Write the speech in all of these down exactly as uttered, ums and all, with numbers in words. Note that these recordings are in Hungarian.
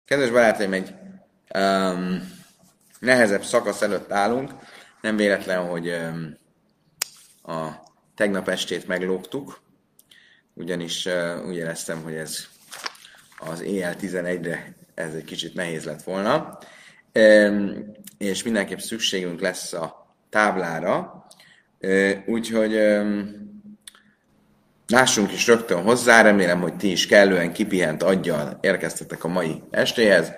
Kedves barátaim, egy um, nehezebb szakasz előtt állunk. Nem véletlen, hogy um, a tegnap estét meglógtuk, ugyanis uh, úgy éreztem, hogy ez az éjjel tizenegyre ez egy kicsit nehéz lett volna. Um, és mindenképp szükségünk lesz a táblára. Uh, úgyhogy um, lássunk is rögtön hozzá, remélem, hogy ti is kellően kipihent aggyal érkeztetek a mai estéhez.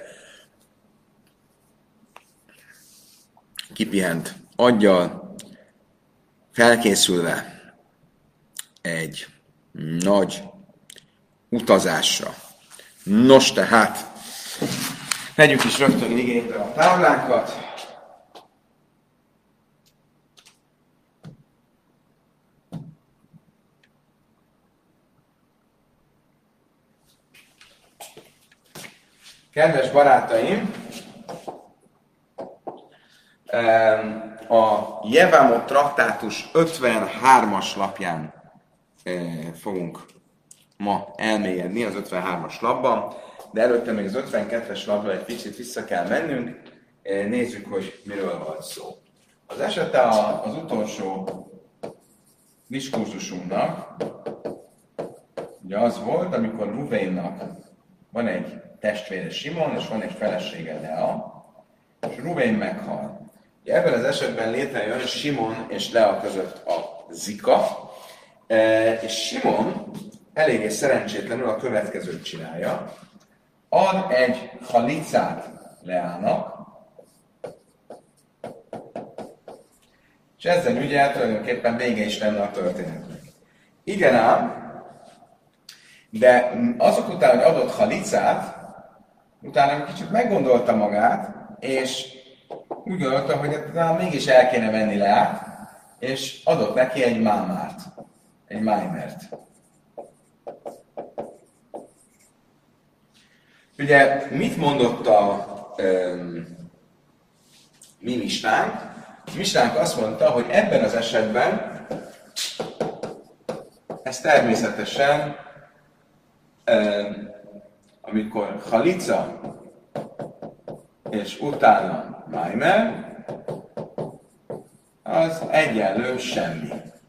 Kipihent aggyal, felkészülve egy nagy utazásra. Nos tehát, vegyük is rögtön igénybe a táblánkat. Kedves barátaim, a Jevamot traktátus ötvenhármas lapján fogunk ma elmélyedni, az ötvenhármas lapban, de előtte még az ötvenkettes lapra egy picit vissza kell mennünk, nézzük, hogy miről van szó. Az esete az utolsó diskurzusunknak ugye az volt, amikor Ruvénnak van egy testvére Simon, és van egy felesége Lea, és Ruvén meghal. Ugye ebben az esetben létrejön Simon és Lea között a zika, és Simon eléggé szerencsétlenül a következőt csinálja. Ad egy halicát Leának, és ezzel ugye tulajdonképpen vége is lenne a történetnek. Igen ám, de azok után, hogy adott halicát, utána kicsit meggondolta magát, és úgy gondolta, hogy talán mégis el kéne venni Leát, és adott neki egy mámárt, egy májmert. Ugye, mit mondott a um, mi misnánk? A misnánk azt mondta, hogy ebben az esetben ez természetesen um, amikor halica és utána májmer, az egyenlő semmi.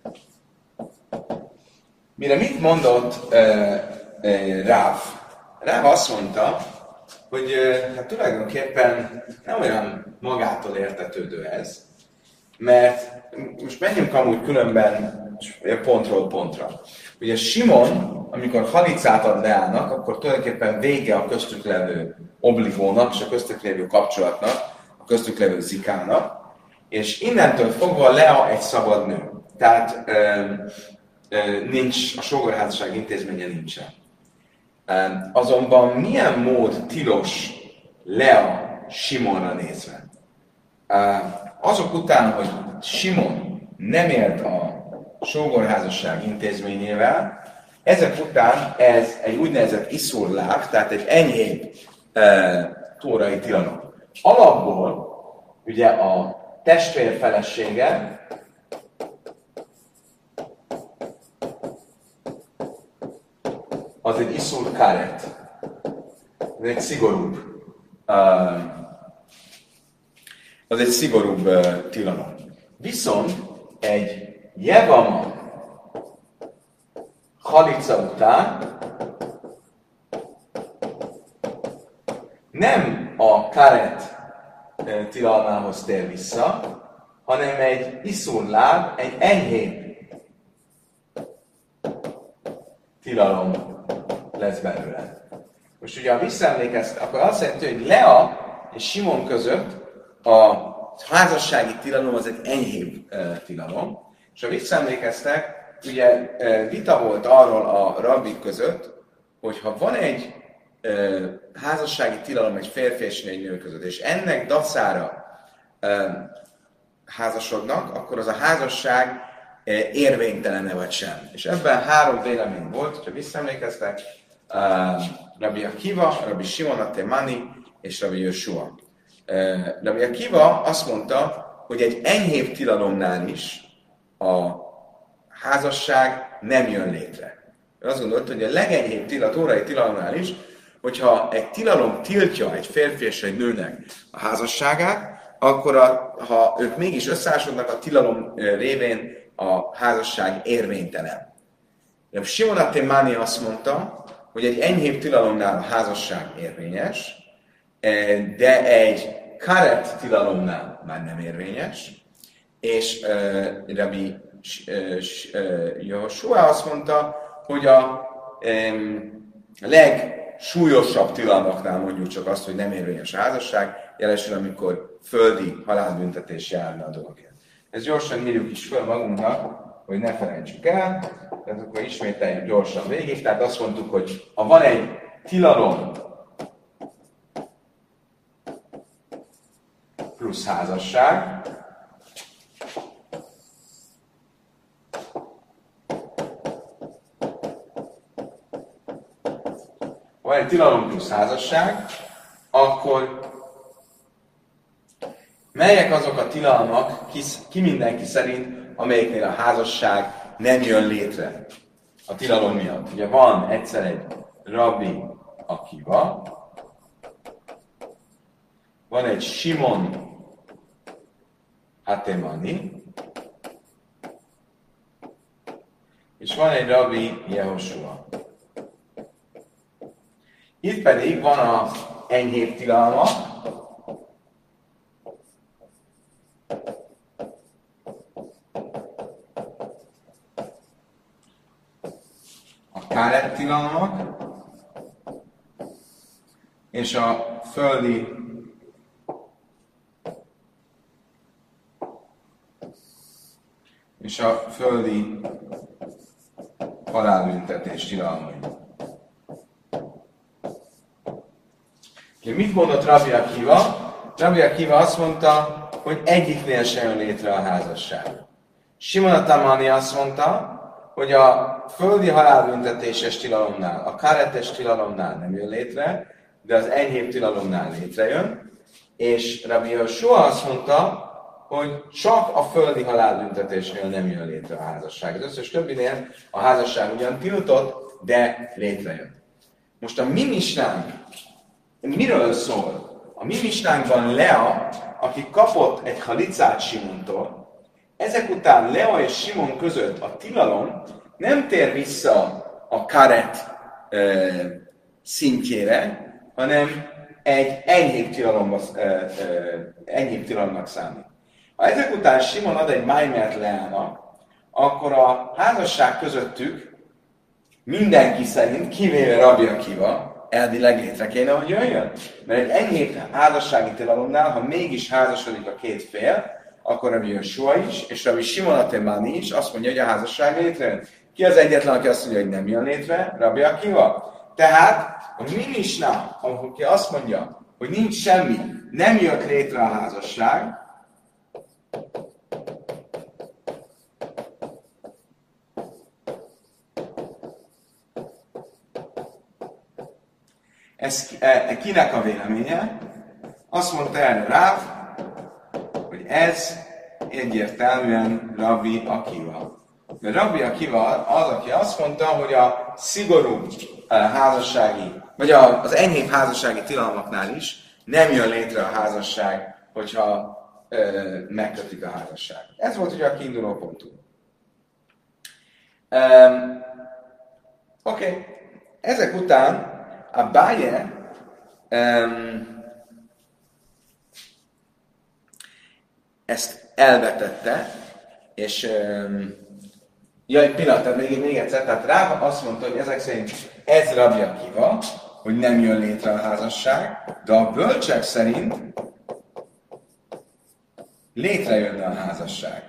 Mire mit mondott uh, uh, Ráv? Ráv azt mondta, hogy uh, hát tulajdonképpen nem olyan magától értetődő ez, mert most menjünk amúgy különben pontról pontra. Ugye Simon, amikor halicát ad Leának, akkor tulajdonképpen vége a köztük levő obligónak, és a köztük levő kapcsolatnak, a köztük levő zikának, és innentől fogva Lea egy szabad nő. Tehát ö, ö, nincs, a sógorházasság intézménye nincsen. Ö, azonban milyen mód tilos Lea Simonra nézve? Ö, azok után, hogy Simon nem élt a sógorházasság intézményével, ezek után ez egy úgynevezett iszurláv, tehát egy enyhébb e, tórai tilalom. Alapból ugye a testvér felesége az egy iszur káret. Ez egy szigorúbb uh, az egy szigorúbb uh, tilalom. Viszont egy jevama halica után nem a karet tilalmához tér vissza, hanem egy iszurláb, egy enyhébb tilalom lesz belőle. Most ugye, ha visszaemlékeztek, akkor azt jelenti, hogy Lea és Simon között a házassági tilalom az egy enyhébb tilalom, és ha visszaemlékeztek, ugye vita volt arról a rabbik között, hogy ha van egy e, házassági tilalom egy férfi és egy nő között, és ennek dacára e, házasodnak, akkor az a házasság e, érvénytelene vagy sem. És ebben három vélemény volt, hogyha visszaemlékeztek, e, Rabbi Akiva, Rabbi Simon a Temani és Rabbi Jósua. E, Rabbi Akiva azt mondta, hogy egy enyhébb tilalomnál is a házasság nem jön létre. Ő azt gondolta, hogy a legenyhébb tilalom, tórai tilalomnál is hogyha egy tilalom tiltja egy férfi és egy nőnek a házasságát, akkor a, ha ők mégis összeházasodnak, a tilalom révén a házasság érvénytelen. Simon a-Témáni azt mondta, hogy egy enyhébb tilalomnál a házasság érvényes, de egy karet tilalomnál már nem érvényes, és uh, Rabbi Jósua azt mondta, hogy a um, legsúlyosabb tilalmaknál mondjuk csak azt, hogy nem érvényes a házasság, jelesül, amikor földi halálbüntetés járna a dolgért. Ezt gyorsan írjuk is föl magunknak, hogy ne felejtsük el, tehát akkor ismételjük gyorsan végig. Tehát azt mondtuk, hogy ha van egy tilalom plusz házasság, van egy tilalom plusz házasság, akkor melyek azok a tilalmak, ki, ki mindenki szerint, amelyeknél a házasság nem jön létre a tilalom miatt. Ugye van egyszer egy Rabbi Akiva, van egy Simon a-Témáni, és van egy Rabbi Jehoshua. Itt pedig van az enyhébb tilalma, a káret tilalmak, és a földi és a földi halálbüntetés tilalmai. Mit mondott Rabbi Akiva? Rabbi Akiva azt mondta, hogy egyiknél sem jön létre a házasság. Simon a-Témáni azt mondta, hogy a földi halálbüntetéses tilalomnál, a káretes tilalomnál nem jön létre, de az enyhébb tilalomnál létrejön, és Rabbi Jósua azt mondta, hogy csak a földi halálbüntetésnél nem jön létre a házasság. Az összes többinél a házasság ugyan tiltott, de létrejön. Most a mi misnánk miről szól? A mi misnánkban Lea, aki kapott egy halicát Simontól, ezek után Lea és Simon között a tilalom nem tér vissza a karet e, szintjére, hanem egy enyhébb, tilalomba, e, e, enyhébb tilalomnak számít. Ha ezek után Simon ad egy májmert Leának, akkor a házasság közöttük mindenki szerint, kivéve Rabbi Akiva, elvileg létre kéne, hogy jöjjön. Mert egy enyhébb házassági tilalomnál, ha mégis házasodik a két fél, akkor Rabbi Jósua is, és Rabbi Simon a-Témáni is azt mondja, hogy a házasság létrejön. Ki az egyetlen, aki azt mondja, hogy nem jön létre? Rabbi Akiva. Tehát a mi misna, aki azt mondja, hogy nincs semmi, nem jött létre a házasság, ez e, kinek a véleménye? Azt mondta erre Ráv, hogy ez egyértelműen Rabbi Akiva. Mert Rabbi Akiva az, aki azt mondta, hogy a szigorú házassági, vagy az enyhébb házassági tilalmaknál is nem jön létre a házasság, hogyha ö, megkötik a házasság. Ez volt ugye a kiinduló pontunk. Um, Oké, okay. Ezek után a Báje um, ezt elvetette, és um, ja, egy pillanat, tehát még, még egyszer, tehát rá azt mondta, hogy ezek szerint ez Rabbi Akiva, hogy nem jön létre a házasság, de a bölcsek szerint létrejönne a házasság.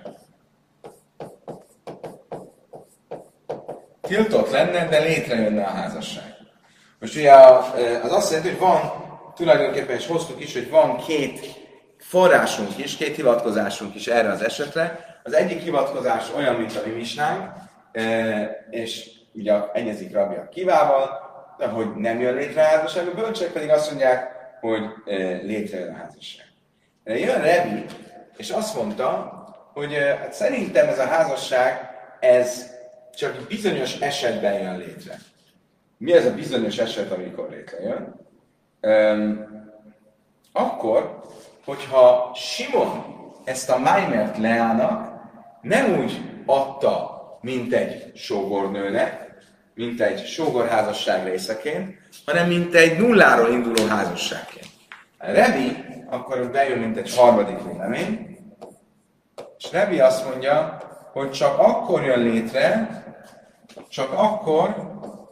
Tiltott lenne, de létrejönne a házasság. Most ugye az azt jelenti, hogy van, tulajdonképpen is hoztuk is, hogy van két forrásunk is, két hivatkozásunk is erre az esetre. Az egyik hivatkozás olyan, mint a mi misnánk, és ugye egyezik Rabbi Akivával, de hogy nem jön létre a házasság, a bölcsek pedig azt mondják, hogy létrejön a házasság. Jön Rebi, és azt mondta, hogy hát szerintem ez a házasság, ez csak bizonyos esetben jön létre. mi ez a bizonyos eset, amikor létrejön? Um, akkor, hogyha Simon ezt a Májmert Leának nem úgy adta, mint egy sógornőnek, mint egy sógorházasság részeként, hanem mint egy nulláról induló házasságként. A Rebi akkor bejön, mint egy harmadik vélemény, és Rebi azt mondja, hogy csak akkor jön létre, csak akkor,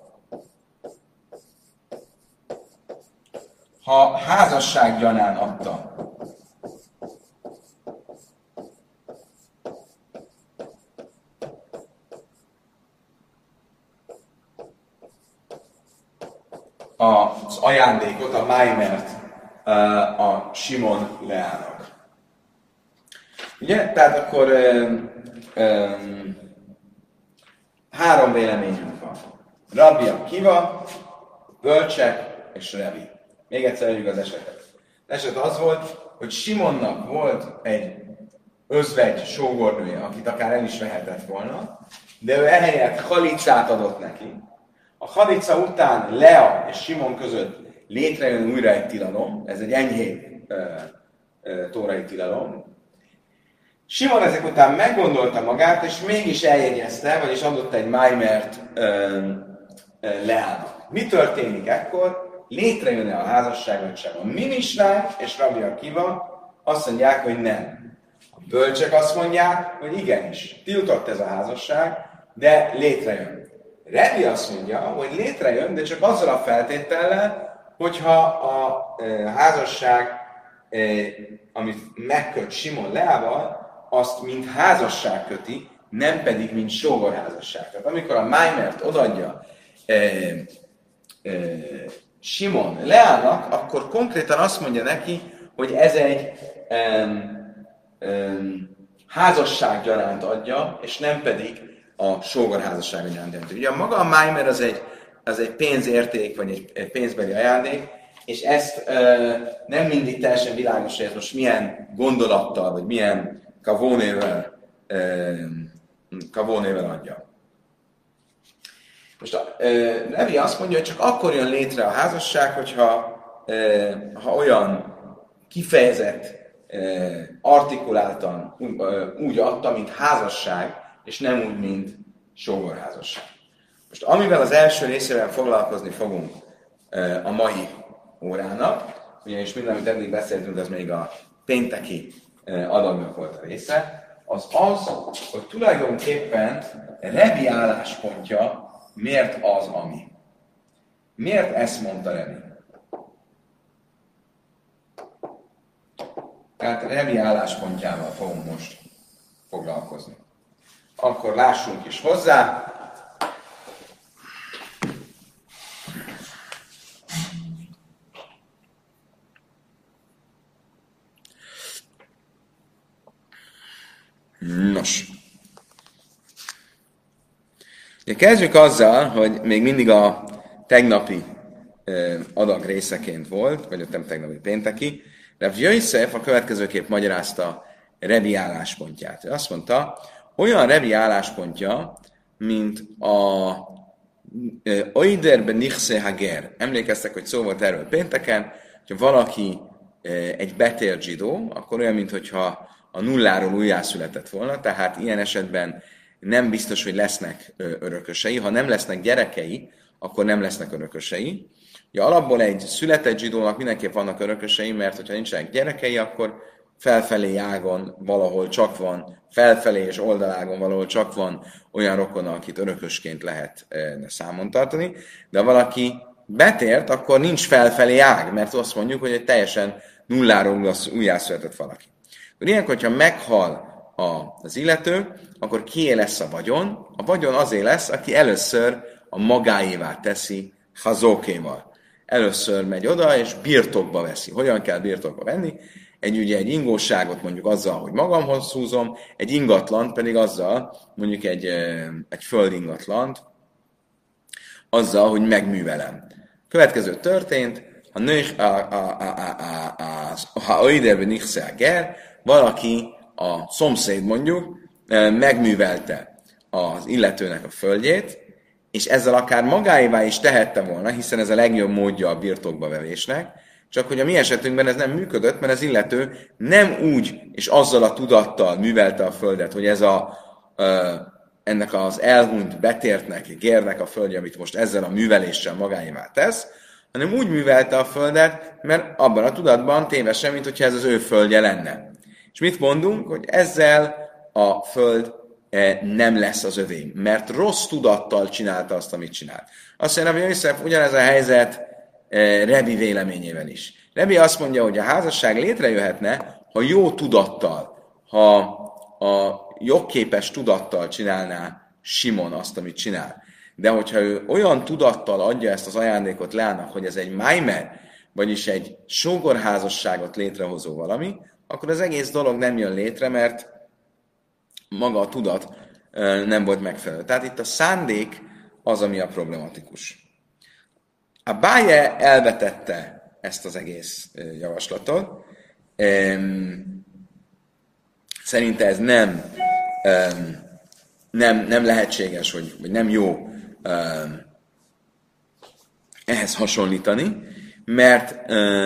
ha házasság gyanán adta. Az ajándékot, a Májmert a Simon Leának. Ugye? Tehát akkor um, um, három véleményünk van. Rabbi Akiva, bölcsek és Rebi. Még egyszer vegyük az esetet. Az eset az volt, hogy Simonnak volt egy özvegy sógornője, akit akár el is vehetett volna, de ő ehelyett halicát adott neki. A halica után Lea és Simon között létrejön újra egy tilalom, ez egy enyhébb e, e, tórai tilalom. Simon ezek után meggondolta magát, és mégis eljegyezte, vagyis adott egy Májmert e, e, Leának. Mi történik ekkor? Létrejön-e a házasság, vagy sem? A Mimisnák és Rabbi Akiva azt mondják, hogy nem. A bölcsek azt mondják, hogy igenis, tiltott ez a házasság, de létrejön. Rebi azt mondja, hogy létrejön, de csak azzal a feltétellel, hogyha a e, házasság, e, amit megköt Simon Leával, azt mint házasság köti, nem pedig mint sógorházasság. Tehát amikor a Májmert odaadja e, e, Simon Leának, akkor konkrétan azt mondja neki, hogy ez egy um, um, házasság gyaránt adja, és nem pedig a sógorházasság gyaránt. Ugye maga a Májmer az egy, az egy pénzérték, vagy egy, egy pénzbeli ajándék, és ezt uh, nem mindig teljesen világos, hogy most milyen gondolattal, vagy milyen kavónével, uh, kavónével adja. Most a uh, Levi azt mondja, hogy csak akkor jön létre a házasság, hogyha uh, ha olyan kifejezett, uh, artikuláltan uh, úgy adta, mint házasság, és nem úgy, mint sógorházasság. Most amivel az első részével foglalkozni fogunk uh, a mai órának, ugyanis minden, amit eddig beszéltünk, az még a pénteki uh, adagnak volt a része, az az, hogy tulajdonképpen Rebi álláspontja miért az, ami. Miért ezt mondta Rebi? Tehát Rebi álláspontjával fogunk most foglalkozni. Akkor lássunk is hozzá. Nos. Ja, kezdjük azzal, hogy még mindig a tegnapi eh, adag részeként volt, vagy nem tegnapi pénteki, Rav Yosef a következőképp magyarázta Rebi álláspontját. Ő azt mondta, olyan Rebi álláspontja, mint a Oiderbe Nichse Hager. Emlékeztek, hogy szó volt erről pénteken, hogyha valaki eh, egy betér zsidó, akkor olyan, mintha a nulláról újjászületett volna, tehát ilyen esetben nem biztos, hogy lesznek örökösei. Ha nem lesznek gyerekei, akkor nem lesznek örökösei. Ugye alapból egy született zsidónak mindenképp vannak örökösei, mert hogyha nincsenek gyerekei, akkor felfelé ágon valahol csak van, felfelé és oldalágon valahol csak van olyan rokona, akit örökösként lehet számon tartani. De ha valaki betért, akkor nincs felfelé ág, mert azt mondjuk, hogy egy teljesen nulláról újjászületett valaki. Ilyenkor, hogyha meghal az illető, akkor kié lesz a vagyon? A vagyon azé lesz, aki először a magáévá teszi hazókéval. Először megy oda, és birtokba veszi. Hogyan kell birtokba venni? Egy, ugye, egy ingóságot mondjuk azzal, hogy magamhoz húzom, egy ingatlant pedig azzal, mondjuk egy, egy földingatlant, azzal, hogy megművelem. Következő történt, ha női, ha oiderbe nichse a ger, valaki, a szomszéd mondjuk, megművelte az illetőnek a földjét, és ezzel akár magáévá is tehette volna, hiszen ez a legjobb módja a birtokba vevésnek, csak hogy a mi esetünkben ez nem működött, mert az illető nem úgy és azzal a tudattal művelte a földet, hogy ez a, ö, ennek az elhunyt betértnek, gérnek a földje, amit most ezzel a műveléssel magáévá tesz, hanem úgy művelte a földet, mert abban a tudatban tévesen, mint hogyha ez az ő földje lenne. És mit mondunk? Hogy ezzel a föld nem lesz az övé, mert rossz tudattal csinálta azt, amit csinált. Azt mondja, hogy József ugyanez a helyzet Rebi véleményével is. Rebi azt mondja, hogy a házasság létrejöhetne, ha jó tudattal, ha a jogképes tudattal csinálná Simon azt, amit csinál. De hogyha ő olyan tudattal adja ezt az ajándékot Leának, hogy ez egy maimer, vagyis egy sógorházasságot létrehozó valami, akkor az egész dolog nem jön létre, mert maga a tudat nem volt megfelelő. Tehát itt a szándék az, ami a problematikus. A Báje elvetette ezt az egész javaslatot. Szerinte ez nem, nem, nem lehetséges, vagy, vagy nem jó ehhez hasonlítani, mert,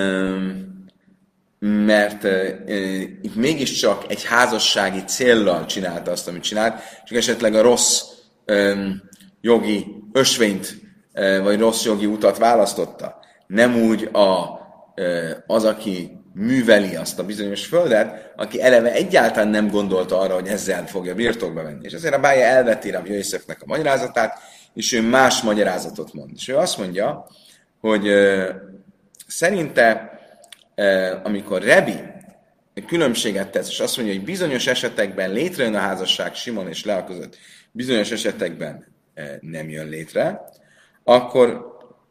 mert itt mégiscsak egy házassági céllal csinálta azt, amit csinált, csak esetleg a rossz jogi ösvényt, vagy rossz jogi utat választotta. Nem úgy a, az, aki műveli azt a bizonyos földet, aki eleve egyáltalán nem gondolta arra, hogy ezzel fogja birtokba venni. És ezért a Bája elveti Rabbi Józsefnek a magyarázatát, és ő más magyarázatot mond. És ő azt mondja, hogy uh, szerinte, uh, amikor Rebi különbséget tesz, és azt mondja, hogy bizonyos esetekben létrejön a házasság Simon és Lea között, bizonyos esetekben uh, nem jön létre, akkor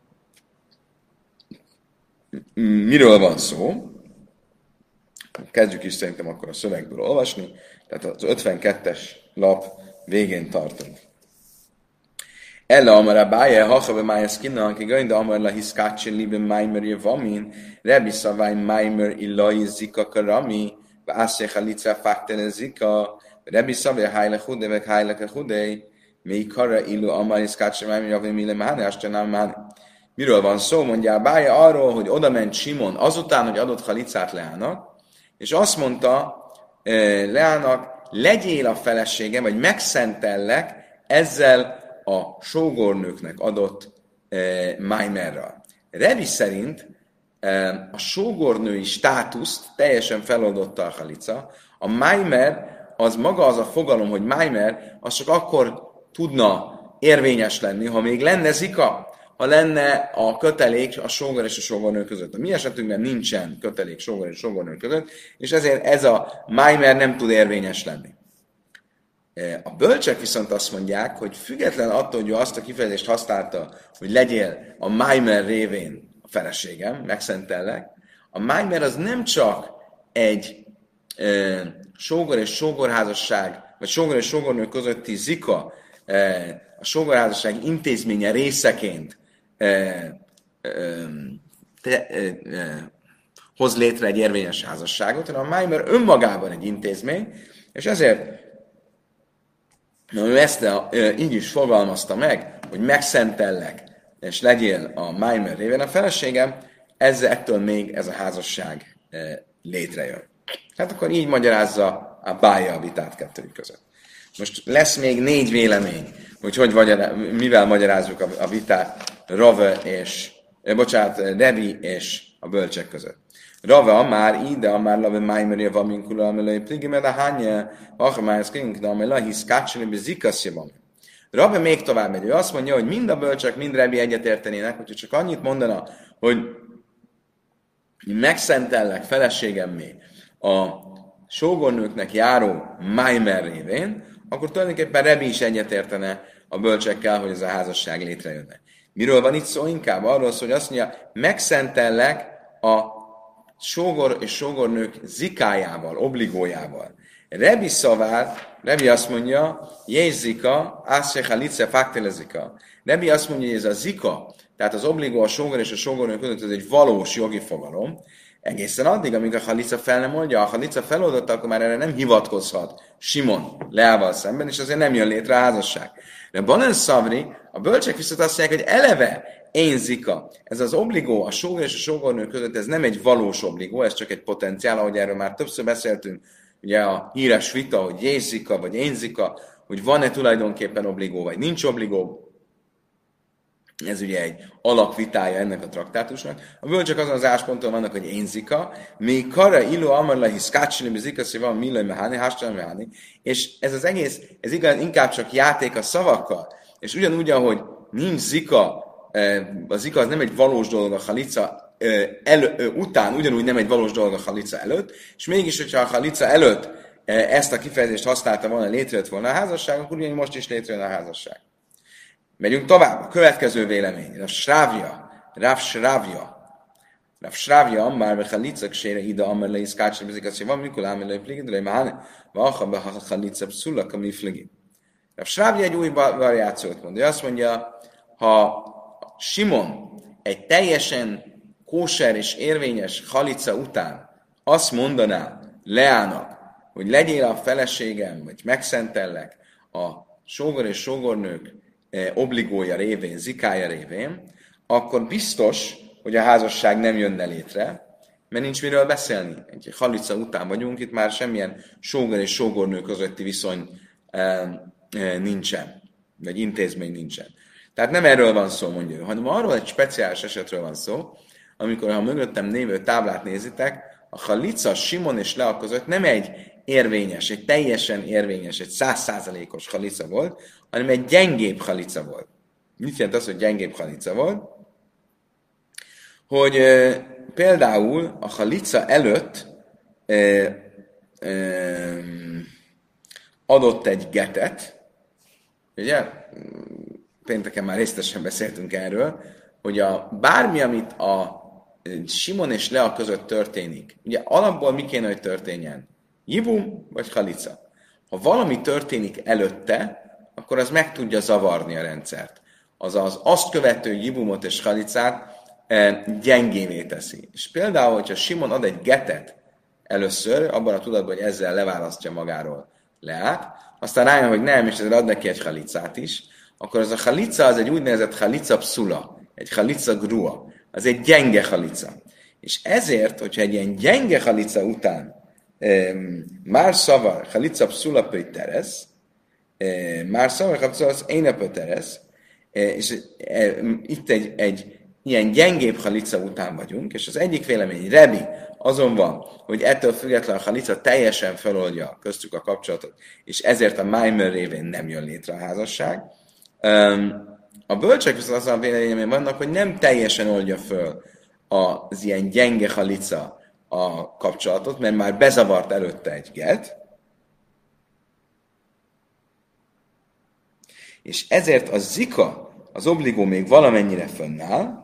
miről van szó? Kezdjük is szerintem akkor a szövegből olvasni. Tehát az ötvenkettes lap végén tartunk. Ella amar a báje, hacha be mája szkinna, aki gajn, de amar la hiszkácsin libe májmer jövamin, rebi szavály májmer illai zika karami, be ászéha licá fáktene zika, rebi szavály hájle hude, meg hájleke hudei, még kara illu amar hiszkácsin májmer jövamin, mille máne, astanál máne. Miről van szó? Mondja a báje arról, hogy oda ment Simon azután, hogy adott halicát Leának, és azt mondta Leának, legyél a feleségem, vagy megszentellek ezzel a sógornőknek adott e, májmerral. Rebi szerint e, a sógornői státuszt teljesen feloldotta a halica. A májmer, az maga az a fogalom, hogy májmer, az csak akkor tudna érvényes lenni, ha még lenne zika, ha lenne a kötelék a sógor és a sógornő között. A mi esetünkben nincsen kötelék sógor és sógornő között, és ezért ez a májmer nem tud érvényes lenni. A bölcsek viszont azt mondják, hogy független attól, hogy ő azt a kifejezést használta, hogy legyél a májmer révén a feleségem, megszentellek, a májmer az nem csak egy e, sógor és sógorházasság, vagy sógor és sógornő közötti zika, e, a sógorházasság intézménye részeként e, e, te, e, e, hoz létre egy érvényes házasságot, hanem a májmer önmagában egy intézmény, és ezért ő ezt a, így is fogalmazta meg, hogy megszentellek, és legyél a májmer révén a feleségem, ezzel ettől még ez a házasság létrejön. Hát akkor így magyarázza a Bája a vitát kettőjük között. Most lesz még négy vélemény, hogy, hogy magyará, mivel magyarázzuk a, a vitát Rave és, eh, bocsánat, Rebi és a bölcsek között. Rave amár, ide amár lave májmerje van minkula, amelői pligi, mert a hányja, achamájsz kink, de amelői hiszkácsani, bezikaszja van. Rave még tovább megy, ő azt mondja, hogy mind a bölcsek, mind Rebi egyetértenének, hogyha csak annyit mondana, hogy megszentellek feleségemmé a sógornőknek járó májmer révén, akkor tulajdonképpen Rebi is egyetértene a bölcsekkel, hogy ez a házasság létrejönne. Miről van itt szó? Inkább arról szól, hogy azt mondja, megszentellek a sógor és sógornők zikájával, obligójával. Rebi szavát, Rebi azt mondja, jéz zika, ászéha lice faktele zika. Rebi azt mondja, hogy ez a zika, tehát az obligó a sógor és a sógornő között, ez egy valós jogi fogalom. Egészen addig, amíg a halica fel nem oldja. Ha a halica feloldott, akkor már erre nem hivatkozhat Simon Leával szemben, és azért nem jön létre a házasság. De Banen Szavri, a bölcsek viszont azt mondják, hogy eleve én zika. Ez az obligó a sógor és a sógornő között, ez nem egy valós obligó, ez csak egy potenciál, ahogy erről már többször beszéltünk, ugye a híres vita, hogy jézika vagy én zika, hogy van-e tulajdonképpen obligó, vagy nincs obligó. Ez ugye egy alapvitája ennek a traktátusnak. A bölcsek azon az ásponton vannak, hogy én zika, még kara illo amarlahi szkácsilim zika szíva millai mehani, hástan mehani, és ez az egész, ez igaz, inkább csak játék a szavakkal, és ugyanúgy, ahogy nincs zika, a zika az nem egy valós dolog a halica elő, után, ugyanúgy nem egy valós dolog a halica előtt, és mégis, hogyha a halica előtt ezt a kifejezést használta volna, létrejött volna a házasság, akkor ugyanígy most is létrejön a házasság. Megyünk tovább. A következő vélemény. Rav Srávja. Rav Srávja. Rav Srávja, már be halica ksére ida, amár le iszkácsra bezik azt, hogy van mikor ámel le pligid, de már vaha be halica pszulak a mi fligi. Rav Srávja egy új variációt mond. Ő azt mondja, ha Simon egy teljesen kóser és érvényes halica után azt mondaná Leának, hogy legyél a feleségem, vagy megszentellek a sógor és sógornők obligója révén, zikája révén, akkor biztos, hogy a házasság nem jönne létre, mert nincs miről beszélni. Egy halica után vagyunk, itt már semmilyen sógor és sógornő közötti viszony e, e, nincsen, vagy intézmény nincsen. Tehát nem erről van szó, mondja ő, hanem arról egy speciális esetről van szó, amikor, ha mögöttem névő táblát nézitek, a halica Simon és Lea között nem egy érvényes, egy teljesen érvényes, egy százszázalékos halica volt, hanem egy gyengébb halica volt. Mit jelent az, hogy gyengébb halica volt? Hogy e, például a halica előtt e, e, adott egy getet, ugye? Pénteken már részletesen beszéltünk erről, hogy a, bármi, amit a Simon és Lea között történik, ugye alapból mi kéne, hogy történjen? Jibum vagy halica. Ha valami történik előtte, akkor az meg tudja zavarni a rendszert. Azaz azt követő jibumot és halicát e, gyengévé teszi. És például, hogyha Simon ad egy getet először, abban a tudatban, hogy ezzel leválasztja magáról Leát, aztán rájön, hogy nem, és ezzel ad neki egy halicát is, akkor az a halica az egy úgynevezett halica pszula, egy halica grua, az egy gyenge halica. És ezért, hogyha egy ilyen gyenge halica után um, már szavar halica pszula pöjteres, um, már szavar halica az éne pöjteres, és um, itt egy, egy ilyen gyengébb halica után vagyunk, és az egyik vélemény, Rebi, azon van, hogy ettől függetlenül a halica teljesen feloldja köztük a kapcsolatot, és ezért a Maimer révén nem jön létre a házasság. Um, a bölcsek viszont azon a véleményben vannak, hogy nem teljesen oldja föl az ilyen gyenge halica a kapcsolatot, mert már bezavart előtte egy get, és ezért a zika, az obligó még valamennyire fönnáll,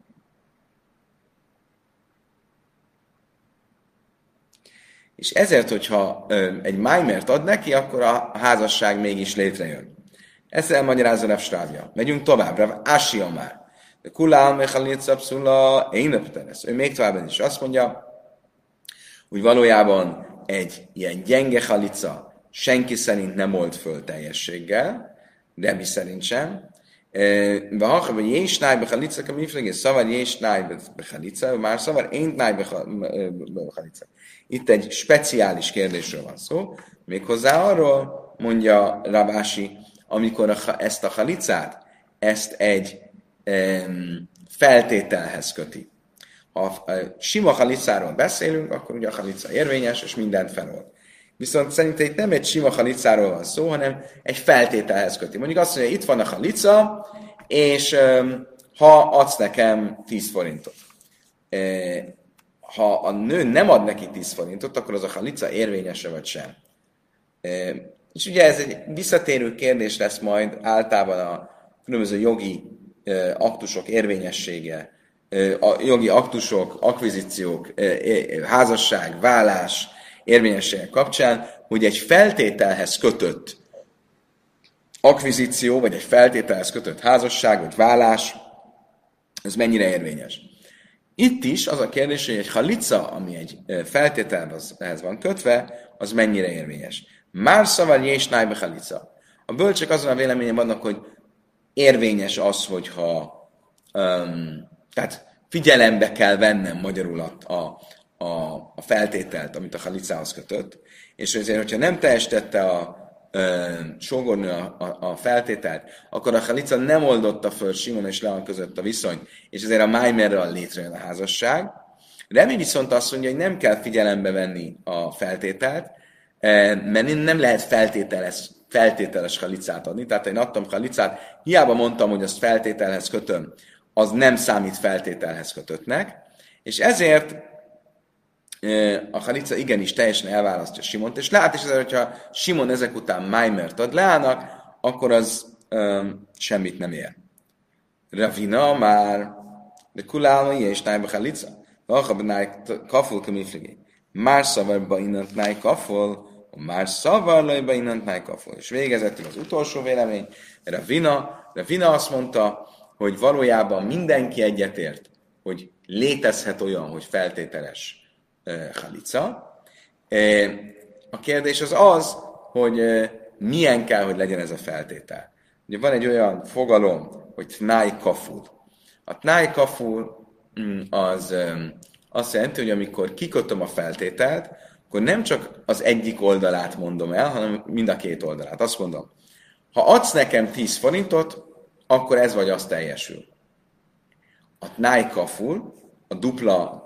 és ezért, hogyha ö, egy májmert ad neki, akkor a házasság mégis létrejön. Ezt elmagyarázza Rav Srávja. Megyünk tovább, Rav Ásia már. De kulál mechalica pszula énepteres. Ő még tovább is azt mondja, hogy valójában egy ilyen gyenge halica senki szerint nem old föl teljességgel, de mi szerint sem. De ha hogy jésnáj behalica, kamifleg, és szavar jésnáj behalica, már szavar éntnáj behalica. Itt egy speciális kérdésről van szó, méghozzá arról mondja Rav Ási, amikor a, ezt a halicát, ezt egy um, feltételhez köti. Ha a sima halicáról beszélünk, akkor ugye a halica érvényes, és mindent felold. Viszont szerintem itt nem egy sima halicáról van szó, hanem egy feltételhez köti. Mondjuk azt mondja, itt van a halica, és um, ha adsz nekem tíz forintot. E, ha a nő nem ad neki tíz forintot, akkor az a halica érvényese vagy sem. E, És ugye ez egy visszatérő kérdés lesz majd általában a különböző jogi e, aktusok érvényessége, e, a jogi aktusok, akvizíciók, e, e, házasság, vállás érvényessége kapcsán, hogy egy feltételhez kötött akvizíció, vagy egy feltételhez kötött házasság, vagy vállás, ez mennyire érvényes. Itt is az a kérdés, hogy egy halica, ami egy feltételhez van kötve, az mennyire érvényes. Már szavar és nájbe halica. A bölcsek azon a véleményen vannak, hogy érvényes az, hogyha um, tehát figyelembe kell vennem magyarul a, a, a feltételt, amit a halicához kötött, és ezért, hogyha nem teljesítette a sógornő a, a, a feltételt, akkor a halica nem oldotta föl Simon és Leon között a viszonyt, és ezért a májmerrel létrejön a házasság. Remi viszont azt mondja, hogy nem kell figyelembe venni a feltételt, mert nem lehet feltételes, feltételes halicát adni. Tehát én adtam halicát, hiába mondtam, hogy azt feltételhez kötöm, az nem számít feltételhez kötöttnek, és ezért a halica igenis teljesen elválasztja Simont, és lát is ezért, hogyha Simon ezek után Májmert ad Leának, akkor az um, semmit nem ér. Ravina már, de kulálma és nájba halica, vaha benáj kaful kamifligi. Már szavarba innant náj kaful, már szavarlajba innant náj kaful. És végezetül az utolsó vélemény, Ravina, Ravina azt mondta, hogy valójában mindenki egyetért, hogy létezhet olyan, hogy feltételes halica. A kérdés az az, hogy milyen kell, hogy legyen ez a feltétel. Ugye van egy olyan fogalom, hogy tnai kaful. A tnai kaful az azt jelenti, hogy amikor kikötöm a feltételt, akkor nem csak az egyik oldalát mondom el, hanem mind a két oldalát. Azt mondom, ha adsz nekem tíz forintot, akkor ez vagy az teljesül. A tnai kaful, a dupla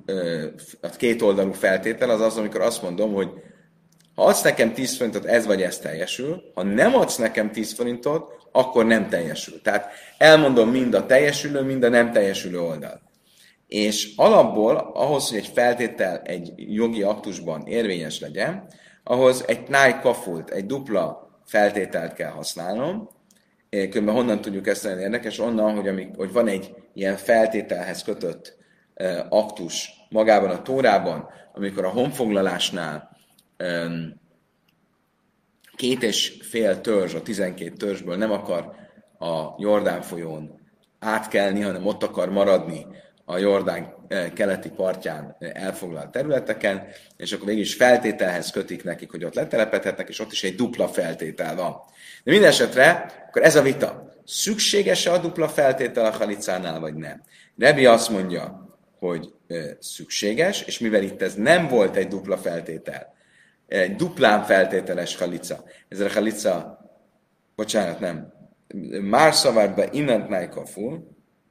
a két oldalú feltétel az az, amikor azt mondom, hogy ha adsz nekem tíz forintot, ez vagy ez teljesül, ha nem adsz nekem tíz forintot, akkor nem teljesül. Tehát elmondom mind a teljesülő, mind a nem teljesülő oldal. És alapból, ahhoz, hogy egy feltétel egy jogi aktusban érvényes legyen, ahhoz egy tnai kafult, egy dupla feltételt kell használnom. Különben honnan tudjuk ezt nagyon érdekes? Onnan, hogy, amik, hogy van egy ilyen feltételhez kötött aktus magában a Tórában, amikor a honfoglalásnál két és fél törzs, a tizenkét törzsből nem akar a Jordán folyón átkelni, hanem ott akar maradni a Jordán keleti partján elfoglalt területeken, és akkor végül is feltételhez kötik nekik, hogy ott letelepedhetnek, és ott is egy dupla feltétel van. De minden esetre, akkor ez a vita. Szükséges-e a dupla feltétel a halicánál, vagy nem? Rebi azt mondja, hogy szükséges, és mivel itt ez nem volt egy dupla feltétel, egy duplán feltételes halica, ez a halica, bocsánat, nem, már szavárba innant nájkaful,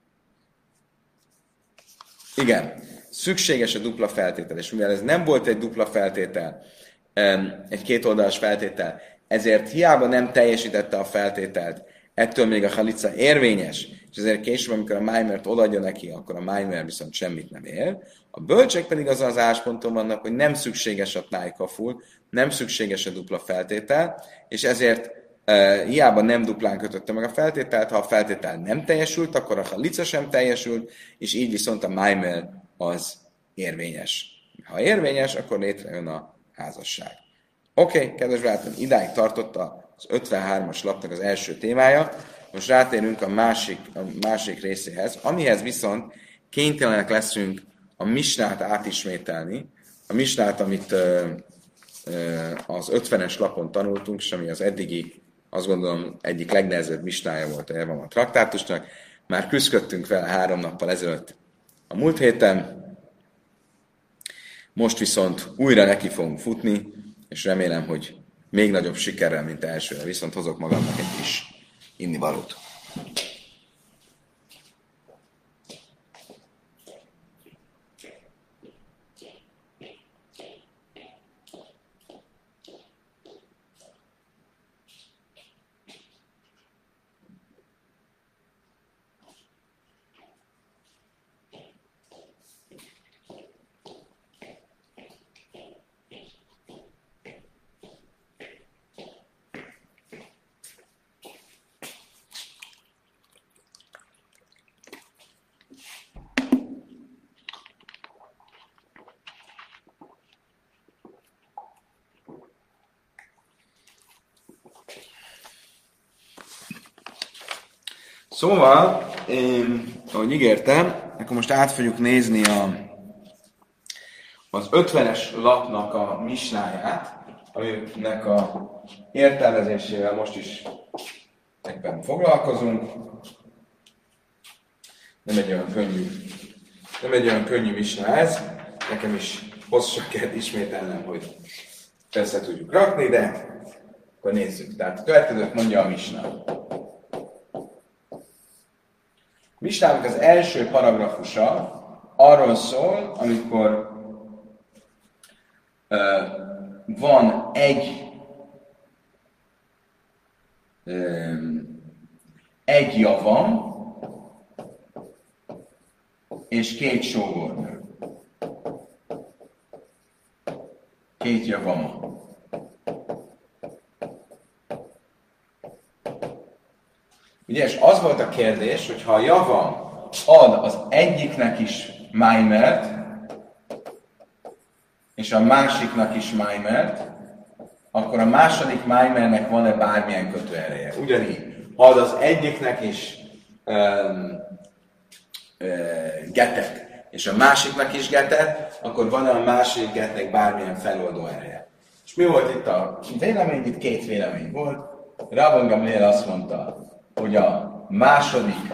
igen, szükséges a dupla feltétel, és mivel ez nem volt egy dupla feltétel, egy kétoldalas feltétel, ezért hiába nem teljesítette a feltételt, ettől még a halica érvényes, és ezért később, amikor a májmert odaadja neki, akkor a májmer viszont semmit nem ér. A bölcsek pedig azon az állásponton vannak, hogy nem szükséges a tnai kaful, nem szükséges a dupla feltétel, és ezért e, hiába nem duplán kötötte meg a feltételt, ha a feltétel nem teljesült, akkor a halica sem teljesült, és így viszont a májmer az érvényes. Ha érvényes, akkor létrejön a házasság. Oké, okay, kedves barátom, idáig tartotta az ötvenhármas lapnak az első témája. Most rátérünk a másik, a másik részéhez, amihez viszont kénytelenek leszünk a misnát átismételni. A misnát, amit ö, ö, az ötvenes lapon tanultunk, és ami az eddigi, azt gondolom, egyik legnehezebb misnája volt a Jervama traktátusnak. Már küzdöttünk vele három nappal ezelőtt a múlt héten. Most viszont újra neki fogunk futni, és remélem, hogy még nagyobb sikerrel, mint elsőre, viszont hozok magamnak egy kis innivalót. Szóval, én, ahogy ígértem, akkor most át fogjuk nézni a, az ötvenes lapnak a misnáját, aminek a értelmezésével most is ebben foglalkozunk. Nem egy olyan könnyű, nem egy olyan könnyű misna ez, nekem is hosszasan kell ismételnem, hogy össze tudjuk rakni, de akkor nézzük. Tehát a következőt mondja a misna. A misnának az első paragrafusa arról szól, amikor uh, van egy um, egy javam és két sógornő. Két javama. Ugye, és az volt a kérdés, hogy ha a javam ad az egyiknek is májmert, és a másiknak is májmert, akkor a második májmernek van-e bármilyen kötőereje. Ugyanígy, ha ad az egyiknek is um, uh, getet, és a másiknak is getet, akkor van-e a másik getnek bármilyen feloldó ereje. És mi volt itt a vélemény? Itt két vélemény volt. Rabban Gamliel azt mondta, hogy a második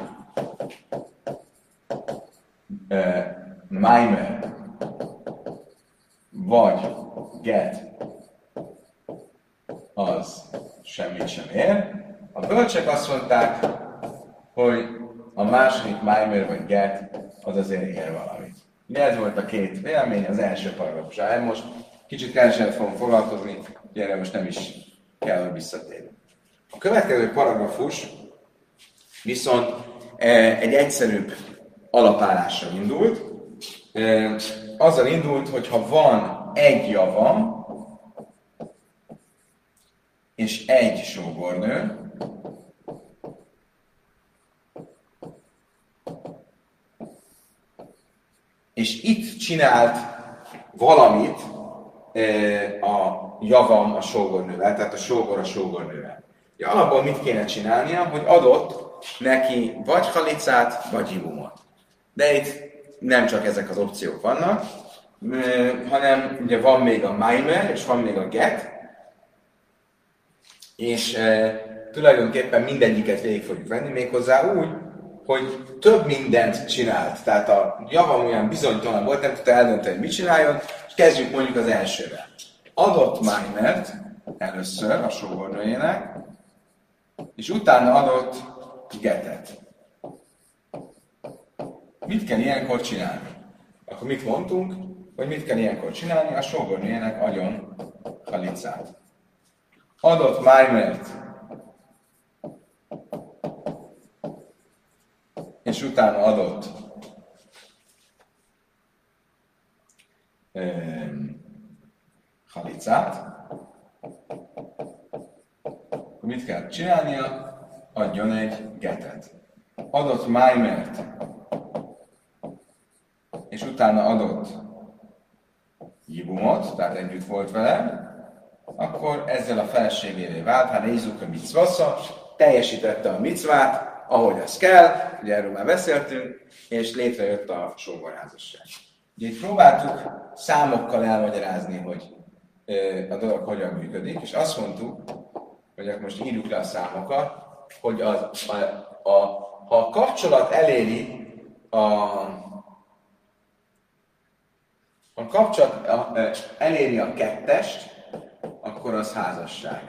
uh, májmer vagy get az semmit sem ér. A bölcsek azt mondták, hogy a második májmer vagy get az azért ér valamit. Ugye ez volt a két vélemény az első paragrafusában. Most kicsit keveset fogom foglalkozni, ugye erre most nem is kell, hogy visszatérni. A következő paragrafus viszont egy egyszerűbb alapállással indult. Azzal indult, hogy ha van egy javam és egy sógornő, és itt csinált valamit a javam a sógornővel, tehát a sógor a sógornővel. Ja, alapból mit kéne csinálnia, hogy adott neki vagy halicát, vagy hibumot. De itt nem csak ezek az opciók vannak, hanem ugye van még a májmer, és van még a get, és e, tulajdonképpen mindegyiket végig fogjuk venni, méghozzá úgy, hogy több mindent csinált. Tehát a javam olyan bizonytalan volt, nem tudta eldönteni, hogy mit csináljon, és kezdjük mondjuk az elsővel. Adott májmert először a sógornőjének, és utána adott getet. Mit kell ilyenkor csinálni? Akkor mit mondtunk, hogy mit kell ilyenkor csinálni? A sógornőjének adjon halicát. Adott májmert, és utána adott um, halicát. Akkor mit kell csinálnia? Adjon egy getet. Adott májmert, és utána adott jibumot, tehát együtt volt vele, akkor ezzel a feleségévé vált, hát nézzük a micvasza, teljesítette a micvát, ahogy az kell, ugye erről már beszéltünk, és létrejött a sógorházasság. Ugye itt próbáltuk számokkal elmagyarázni, hogy a dolog hogyan működik, és azt mondtuk, hogy akkor most írjuk le a számokat, hogy az, a, a, ha a kapcsolat eléri a, a kapcsolat a, eléri a kettest, akkor az házasság.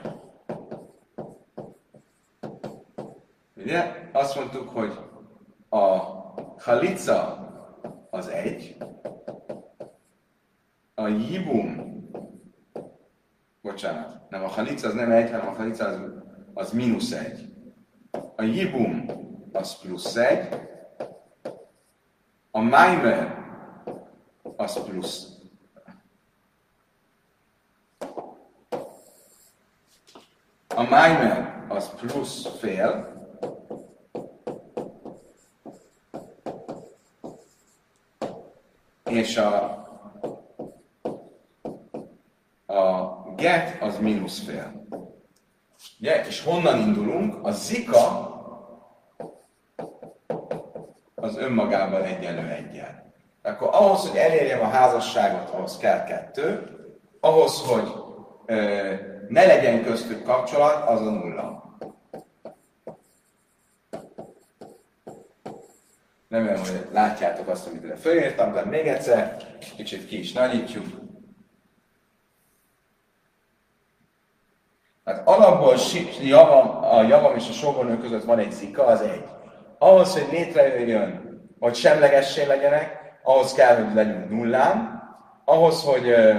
Ugye? Azt mondtuk, hogy a halica az egy, a jibum, bocsánat, nem a halica az nem egy, hanem a halica az, az mínusz egy. A jibum az plusz egy, a májmer az plusz. A májmer az plusz fél, és a, a get az mínusz fél. Ugye? És honnan indulunk? A zika az önmagában egyenlő egyen. Akkor ahhoz, hogy elérjem a házasságot, ahhoz kell kettő, ahhoz, hogy ö, ne legyen köztük kapcsolat, az a nulla. Remélem, hogy látjátok azt, amit ide fölírtam, de még egyszer, kicsit ki is nagyítjuk. Hát alapból javam, a javam és a sógornő között van egy zika, az egy. Ahhoz, hogy létrejöjjön, hogy semlegessé legyenek, ahhoz kell, hogy legyünk nullán. Ahhoz, hogy ö,